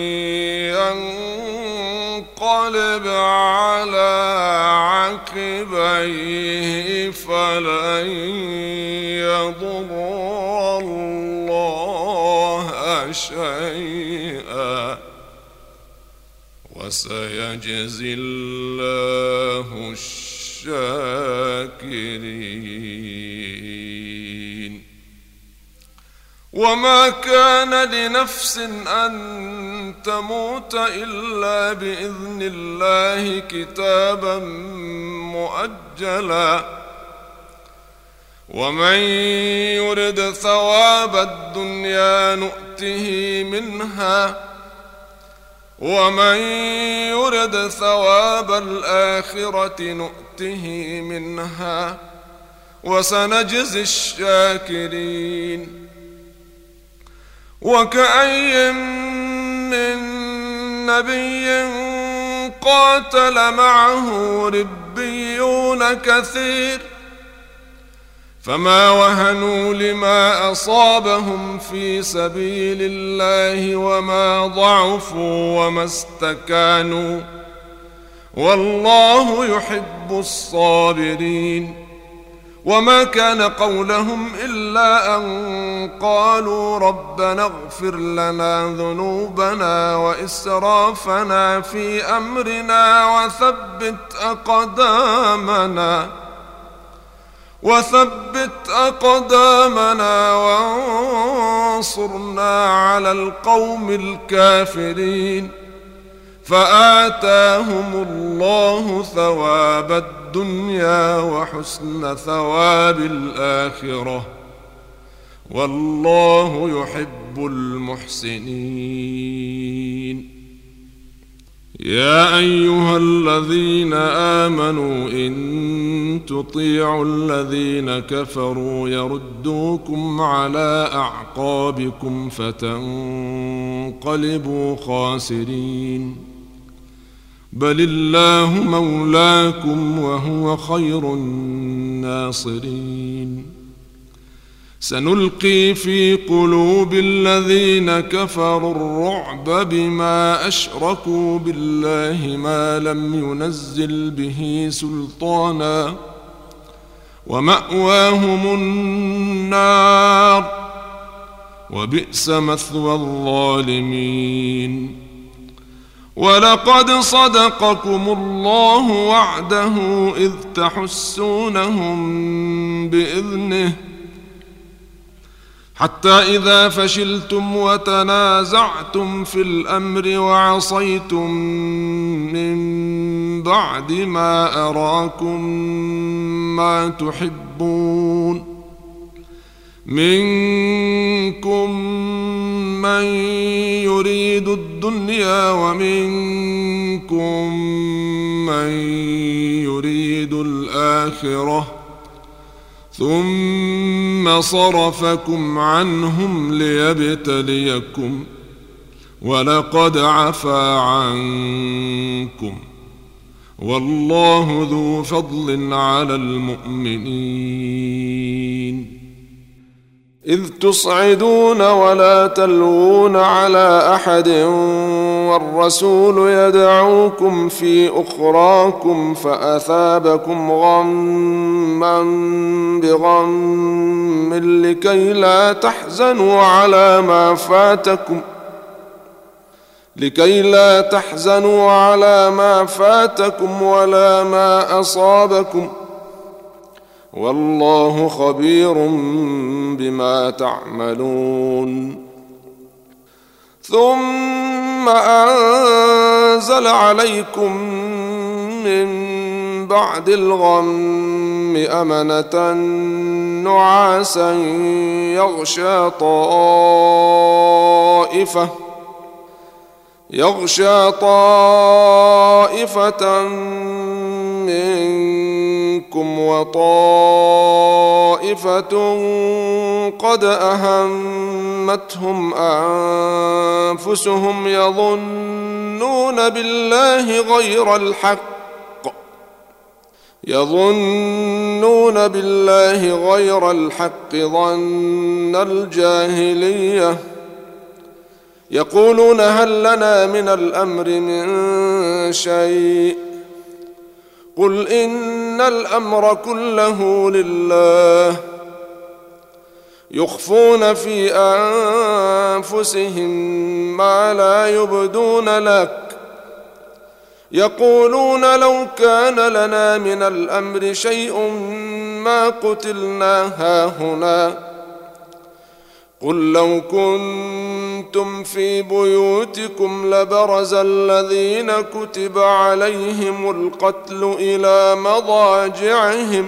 ينقلب على عقبيه فلن يضر الله شيئا وسيجزي الله الشاكرين وما كان لنفس أن تموت إلا بإذن الله كتابا مؤجلا ومن يرد ثواب الدنيا نؤته منها ومن يرد ثواب الآخرة نؤته منها وسنجزي الشاكرين وكأي من نبي قاتل معه ربيون كثير فما وهنوا لما أصابهم في سبيل الله وما ضعفوا وما استكانوا والله يحب الصابرين وما كان قولهم إلا أن قالوا ربنا اغفر لنا ذنوبنا وإسرافنا في أمرنا وثبت أقدامنا وانصرنا على القوم الكافرين فآتاهم الله ثواب الدنيا وحسن ثواب الآخرة والله يحب المحسنين يا أيها الذين آمنوا إن تطيعوا الذين كفروا يردوكم على أعقابكم فتنقلبوا خاسرين بل الله مولاكم وهو خير الناصرين. سنلقي في قلوب الذين كفروا الرعب بما أشركوا بالله ما لم ينزل به سلطانا ومأواهم النار وبئس مثوى الظالمين. ولقد صدقكم الله وعده إذ تحسونهم بإذنه حتى إذا فشلتم وتنازعتم في الأمر وعصيتم من بعد ما أراكم ما تحبون منكم من يريد الدنيا ومنكم من يريد الآخرة ثم صرفكم عنهم ليبتليكم ولقد عفا عنكم والله ذو فضل على المؤمنين. إذ تصعدون ولا تلوون على أحد والرسول يدعوكم في أخراكم فأثابكم غما بغم لكي لا تحزنوا على ما فاتكم ولا ما أصابكم والله خبير بما تعملون. ثم أنزل عليكم من بعد الغم أمنة نعاسا يغشى طائفة منكم وطائفة قد أهمتهم أنفسهم يظنون بالله غير الحق ظن الجاهلية يقولون هل لنا من الأمر من شيء قل إن الأمر كله لله يخفون في أنفسهم ما لا يبدون لك يقولون لو كان لنا من الأمر شيء ما قتلنا هاهنا قل لو كنتم في بيوتكم لبرز الذين كتب عليهم القتل إلى مضاجعهم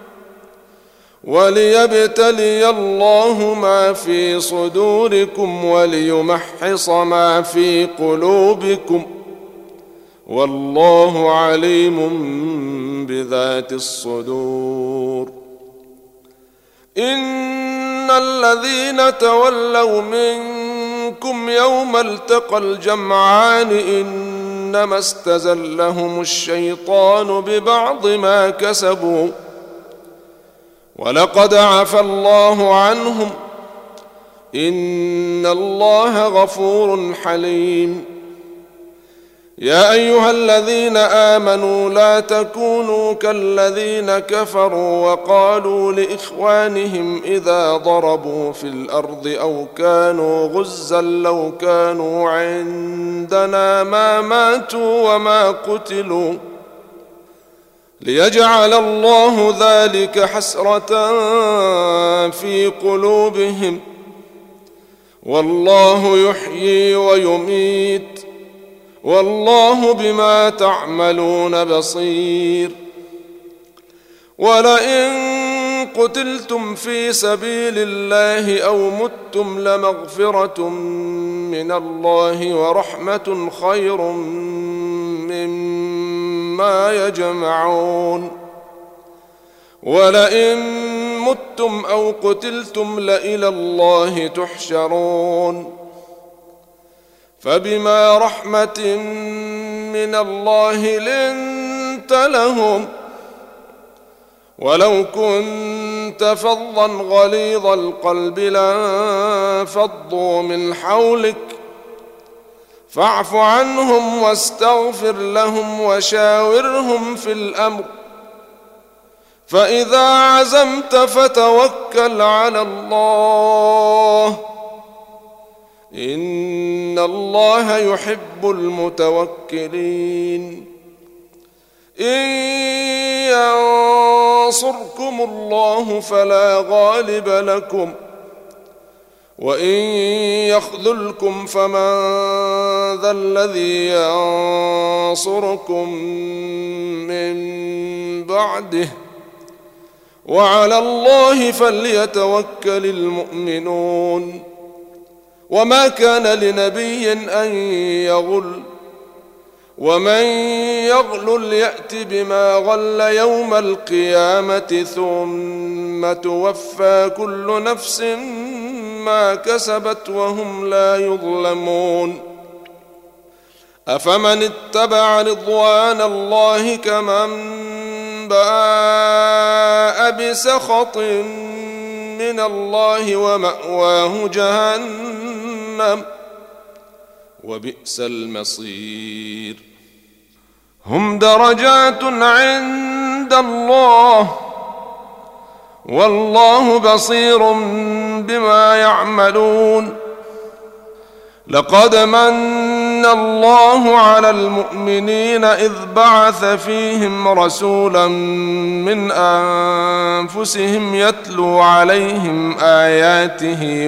وليبتلي الله ما في صدوركم وليمحص ما في قلوبكم والله عليم بذات الصدور. إن الذين تولوا منكم يوم التقى الجمعان إنما استزلهم الشيطان ببعض ما كسبوا ولقد عفى الله عنهم إن الله غفور حليم. يا أيها الذين آمنوا لا تكونوا كالذين كفروا وقالوا لإخوانهم إذا ضربوا في الأرض أو كانوا غزا لو كانوا عندنا ما ماتوا وما قتلوا ليجعل الله ذلك حسرة في قلوبهم والله يحيي ويميت والله بما تعملون بصير. ولئن قتلتم في سبيل الله أو متم لمغفرة من الله ورحمة خير مما يجمعون. ولئن متم أو قتلتم لإلى الله تحشرون. فبما رحمة من الله لنت لهم، ولو كنت فظا غليظ القلب لانفضوا من حولك، فاعف عنهم واستغفر لهم وشاورهم في الأمر، فإذا عزمت فتوكل على الله، إن الله يحب المتوكلين. إن ينصركم الله فلا غالب لكم، وإن يخذلكم فمن ذا الذي ينصركم من بعده، وعلى الله فليتوكل المؤمنون. وما كان لنبي أن يغل، ومن يغلل يأت بما غل يوم القيامة ثم توفى كل نفس ما كسبت وهم لا يظلمون. أفمن اتبع رضوان الله كمن باء بسخط من الله ومأواه جهنم وبئس المصير. هم درجات عند الله والله بصير بما يعملون. لقد من الله على المؤمنين إذ بعث فيهم رسولا من أنفسهم يتلو عليهم آياته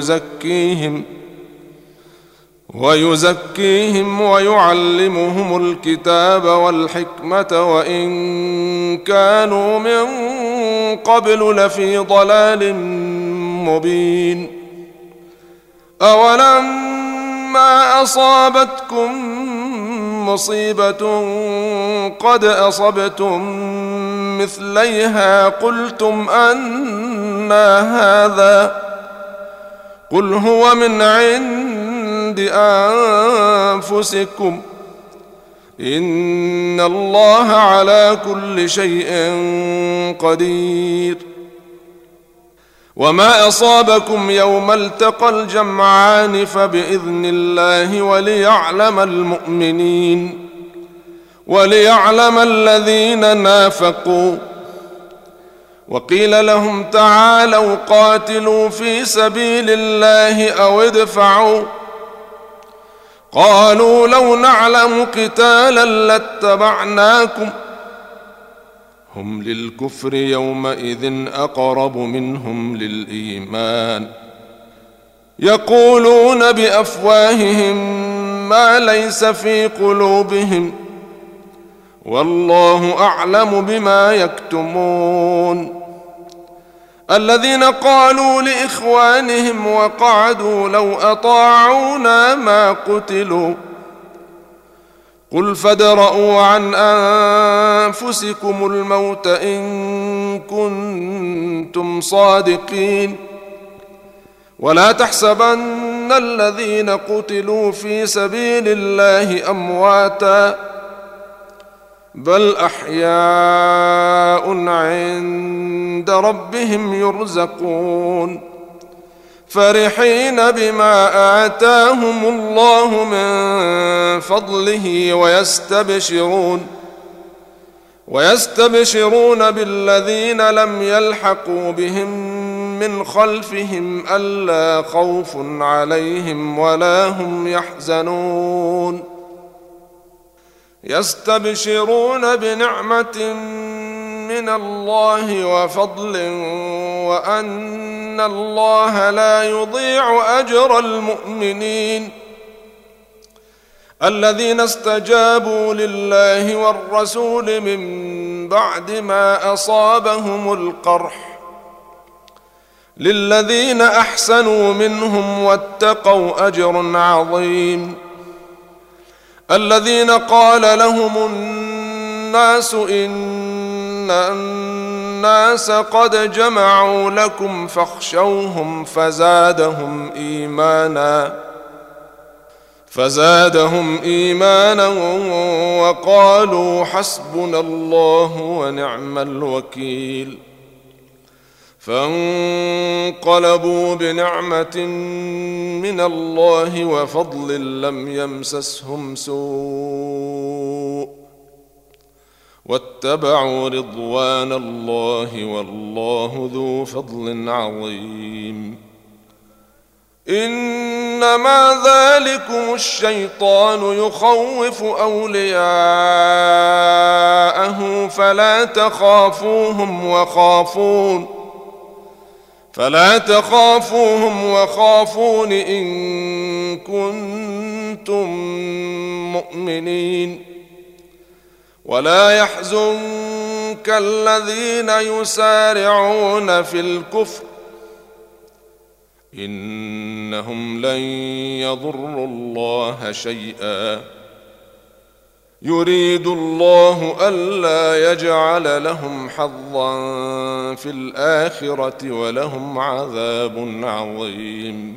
ويزكيهم ويعلمهم الكتاب والحكمة وإن كانوا من قبل لفي ضلال مبين. أولما أصابتكم مصيبة قد أصبتم مثليها قلتم أنى هذا، قل هو من عند أنفسكم إن الله على كل شيء قدير. وما أصابكم يوم التقى الجمعان فبإذن الله وليعلم الذين نافقوا. وقيل لهم تعالوا قاتلوا في سبيل الله أو ادفعوا، قالوا لو نعلم قتالا لاتبعناكم، هم للكفر يومئذ أقرب منهم للإيمان، يقولون بأفواههم ما ليس في قلوبهم والله أعلم بما يكتمون. الذين قالوا لإخوانهم وقعدوا لو أطاعونا ما قتلوا، قل فادرءوا عن أنفسكم الموت إن كنتم صادقين، ولا تحسبن الذين قتلوا في سبيل الله أمواتا بل أحياء عند ربهم يرزقون، فرحين بما آتاهم الله من فضله ويستبشرون بالذين لم يلحقوا بهم من خلفهم ألا خوف عليهم ولا هم يحزنون. يستبشرون بنعمة من الله وفضل وأن الله لا يضيع أجر المؤمنين. الذين استجابوا لله والرسول من بعد ما أصابهم القرح للذين أحسنوا منهم واتقوا أجر عظيم. الذين قال لهم الناس إن الناس قد جمعوا لكم فزادهم إيمانا وقالوا حسبنا الله ونعم الوكيل. فانقلبوا بنعمة من الله وفضل لم يمسسهم سوء واتبعوا رضوان الله والله ذو فضل عظيم. إنما ذلكم الشيطان يخوف أولياءه فلا تخافوهم وخافون إن كنتم مؤمنين. ولا يحزنك الذين يسارعون في الكفر إنهم لن يضروا الله شيئا يريد الله ألا يجعل لهم حظا في الآخرة ولهم عذاب عظيم.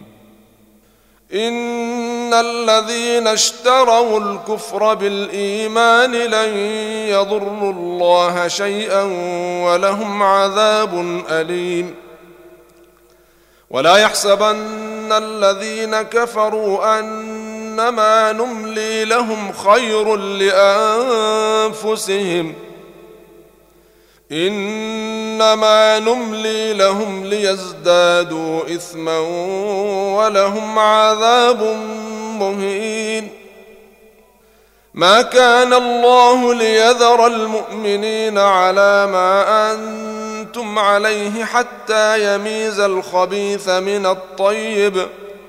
إن الذين اشتروا الكفر بالإيمان لن يضروا الله شيئا ولهم عذاب أليم. ولا يحسبن الذين كفروا أنما نملي لهم خير لأنفسهم إنما نملي لهم ليزدادوا إثما ولهم عذاب مهين. ما كان الله ليذر المؤمنين على ما أنتم عليه حتى يميز الخبيث من الطيب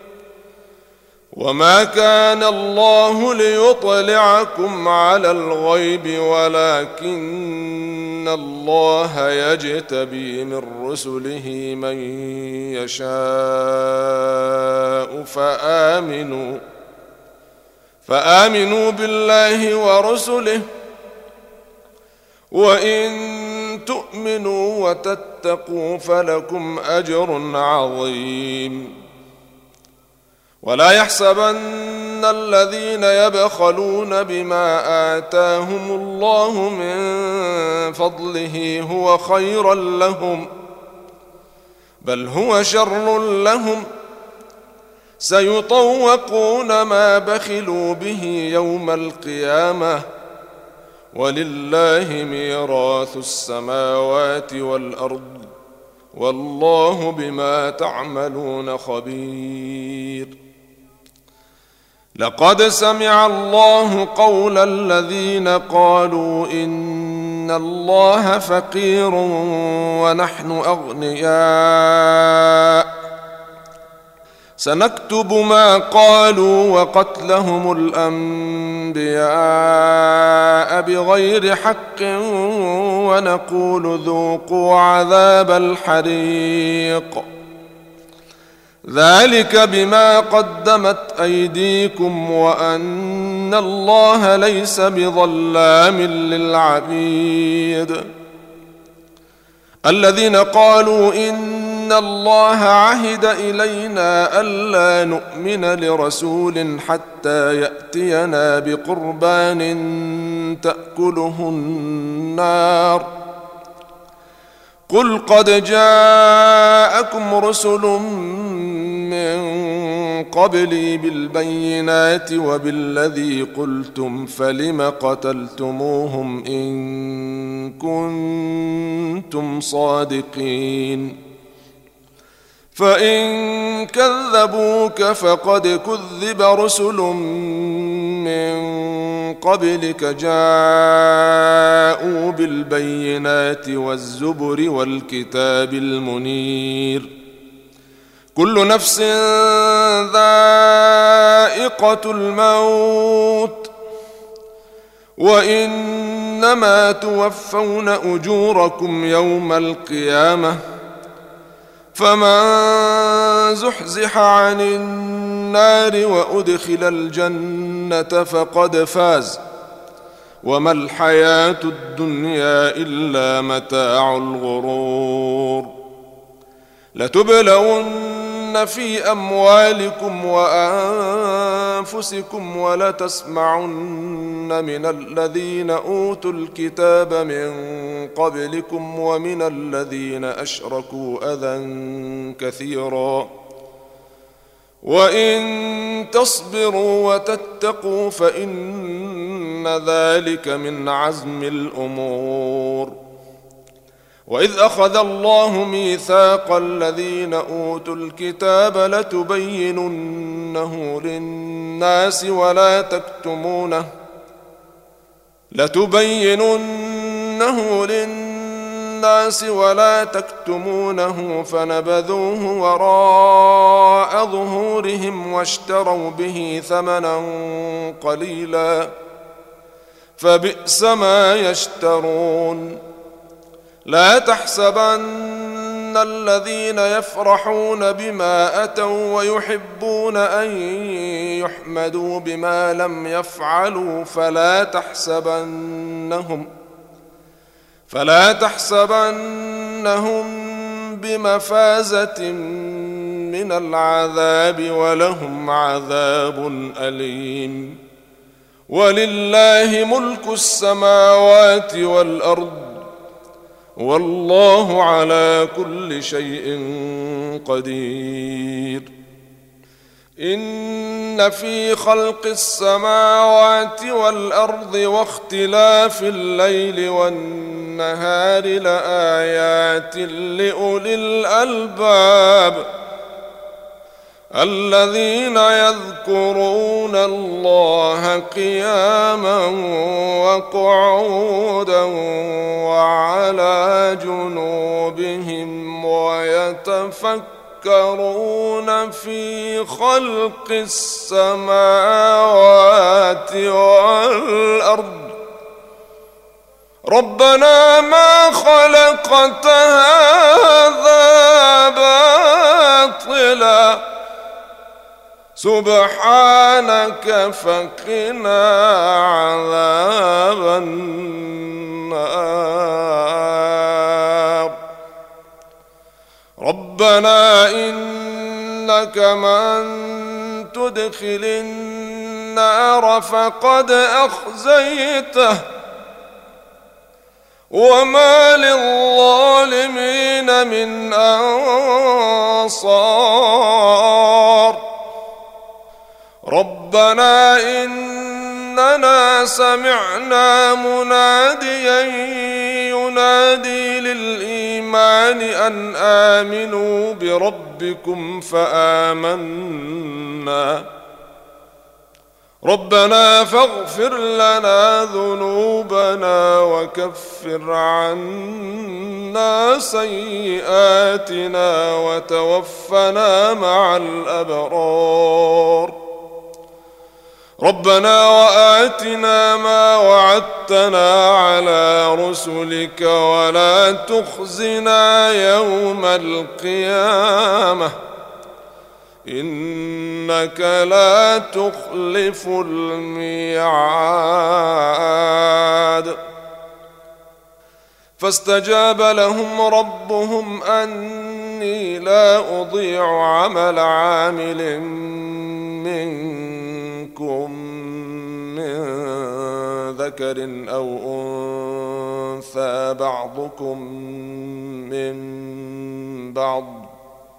وما كان الله ليطلعكم على الغيب ولكن الله يجتبي من رسله من يشاء فآمنوا بالله ورسله وإن تؤمنوا وتتقوا فلكم أجر عظيم. ولا يحسبن الذين يبخلون بما آتاهم الله من فضله هو خيرا لهم بل هو شر لهم سيطوقون ما بخلوا به يوم القيامة ولله ميراث السماوات والأرض والله بما تعملون خبير. لقد سمع الله قول الذين قالوا إن الله فقير ونحن أغنياء سنكتب ما قالوا وقتلهم الأنبياء بغير حق ونقول ذوقوا عذاب الحريق ذلك بما قدمت أيديكم وأن الله ليس بظلام للعبيد. الذين قالوا إن الله عهد إلينا ألا نؤمن لرسول حتى يأتينا بقربان تأكله النار قل قد جاءكم رسل من قبلي بالبينات وبالذي قلتم فلم قتلتموهم إن كنتم صادقين فإن كذبوك فقد كذب رسل من قبلك جاءوا بالبينات والزبر والكتاب المنير كل نفس ذائقة الموت وإنما توفون أجوركم يوم القيامة فمن زحزح عن النار وأدخل الجنة فقد فاز وما الحياة الدنيا إلا متاع الغرور لتبلون في أموالكم وأنفسكم ولتسمعن من الذين أوتوا الكتاب من قبلكم ومن الذين أشركوا أذى كثيرا وإن تصبروا وتتقوا فإن ذلك من عزم الأمور. وإذ أخذ الله ميثاق الذين أوتوا الكتاب لتبيننه للناس ولا تكتمونه فنبذوه وراء ظهورهم واشتروا به ثمنا قليلا فبئس ما يشترون. لا تحسبن الذين يفرحون بما أتوا ويحبون أن يحمدوا بما لم يفعلوا فلا تحسبنهم بمفازة من العذاب ولهم عذاب أليم. ولله ملك السماوات والأرض والله على كل شيء قدير. إن في خلق السماوات والأرض واختلاف الليل والنهار لآيات لأولي الألباب الذين يذكرون الله قياما وقعودا وعلى جنوبهم ويتفكرون في خلق السماوات والأرض ربنا ما خلقت هذا باطلا سبحانك فقنا عذاب النار. ربنا إنك من تدخل النار فقد أخزيته وما للظالمين من أنصار. ربنا إننا سمعنا مناديا ينادي للإيمان أن آمنوا بربكم فآمنا ربنا فاغفر لنا ذنوبنا وكفر عنا سيئاتنا وتوفنا مع الأبرار. ربنا وآتنا ما وعدتنا على رسلك ولا تخزنا يوم القيامة إنك لا تخلف الميعاد. فاستجاب لهم ربهم أني لا أضيع عمل عامل منكم من ذكر أو أنثى بعضكم من بعض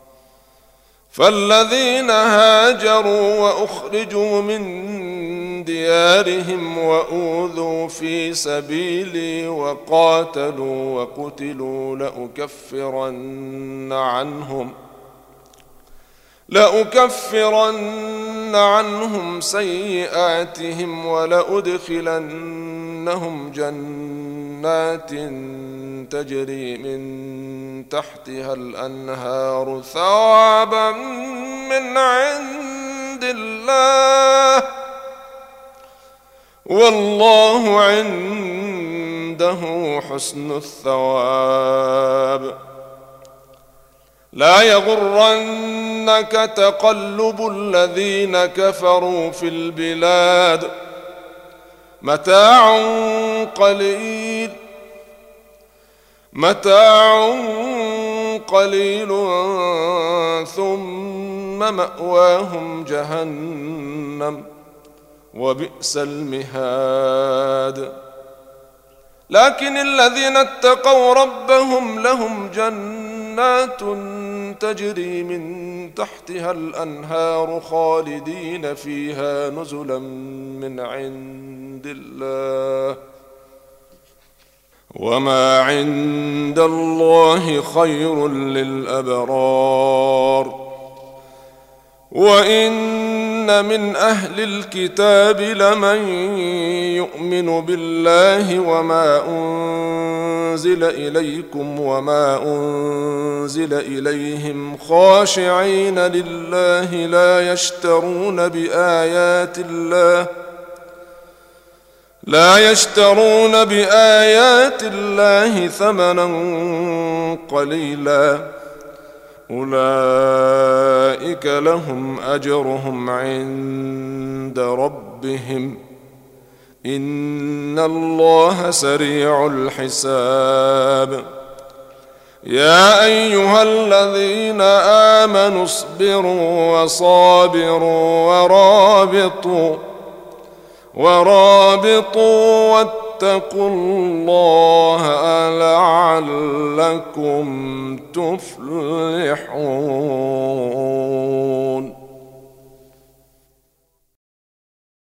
فالذين هاجروا وأخرجوا من ديارهم وأوذوا في سبيلي وقاتلوا وقتلوا لأكفرن عنهم سيئاتهم ولأدخلنهم جنات تجري من تحتها الأنهار ثوابا من عند الله والله عنده حسن الثواب. لا يغرنك تقلب الذين كفروا في البلاد متاع قليل ثم مأواهم جهنم وبئس المهاد. لكن الذين اتقوا ربهم لهم جنات تجري من تحتها الأنهار خالدين فيها نزلا من عند الله، وما عند الله خير للأبرار. وإن من أهل الكتاب لمن يؤمن بالله وما أنزل إليكم وما أنزل إليهم خاشعين لله لا يشترون بآيات الله ثمنا قليلا، أولئك لهم أجرهم عند ربهم إن الله سريع الحساب. يا أيها الذين آمنوا اصبروا وصابروا ورابطوا واتقوا الله لعلكم تفلحون.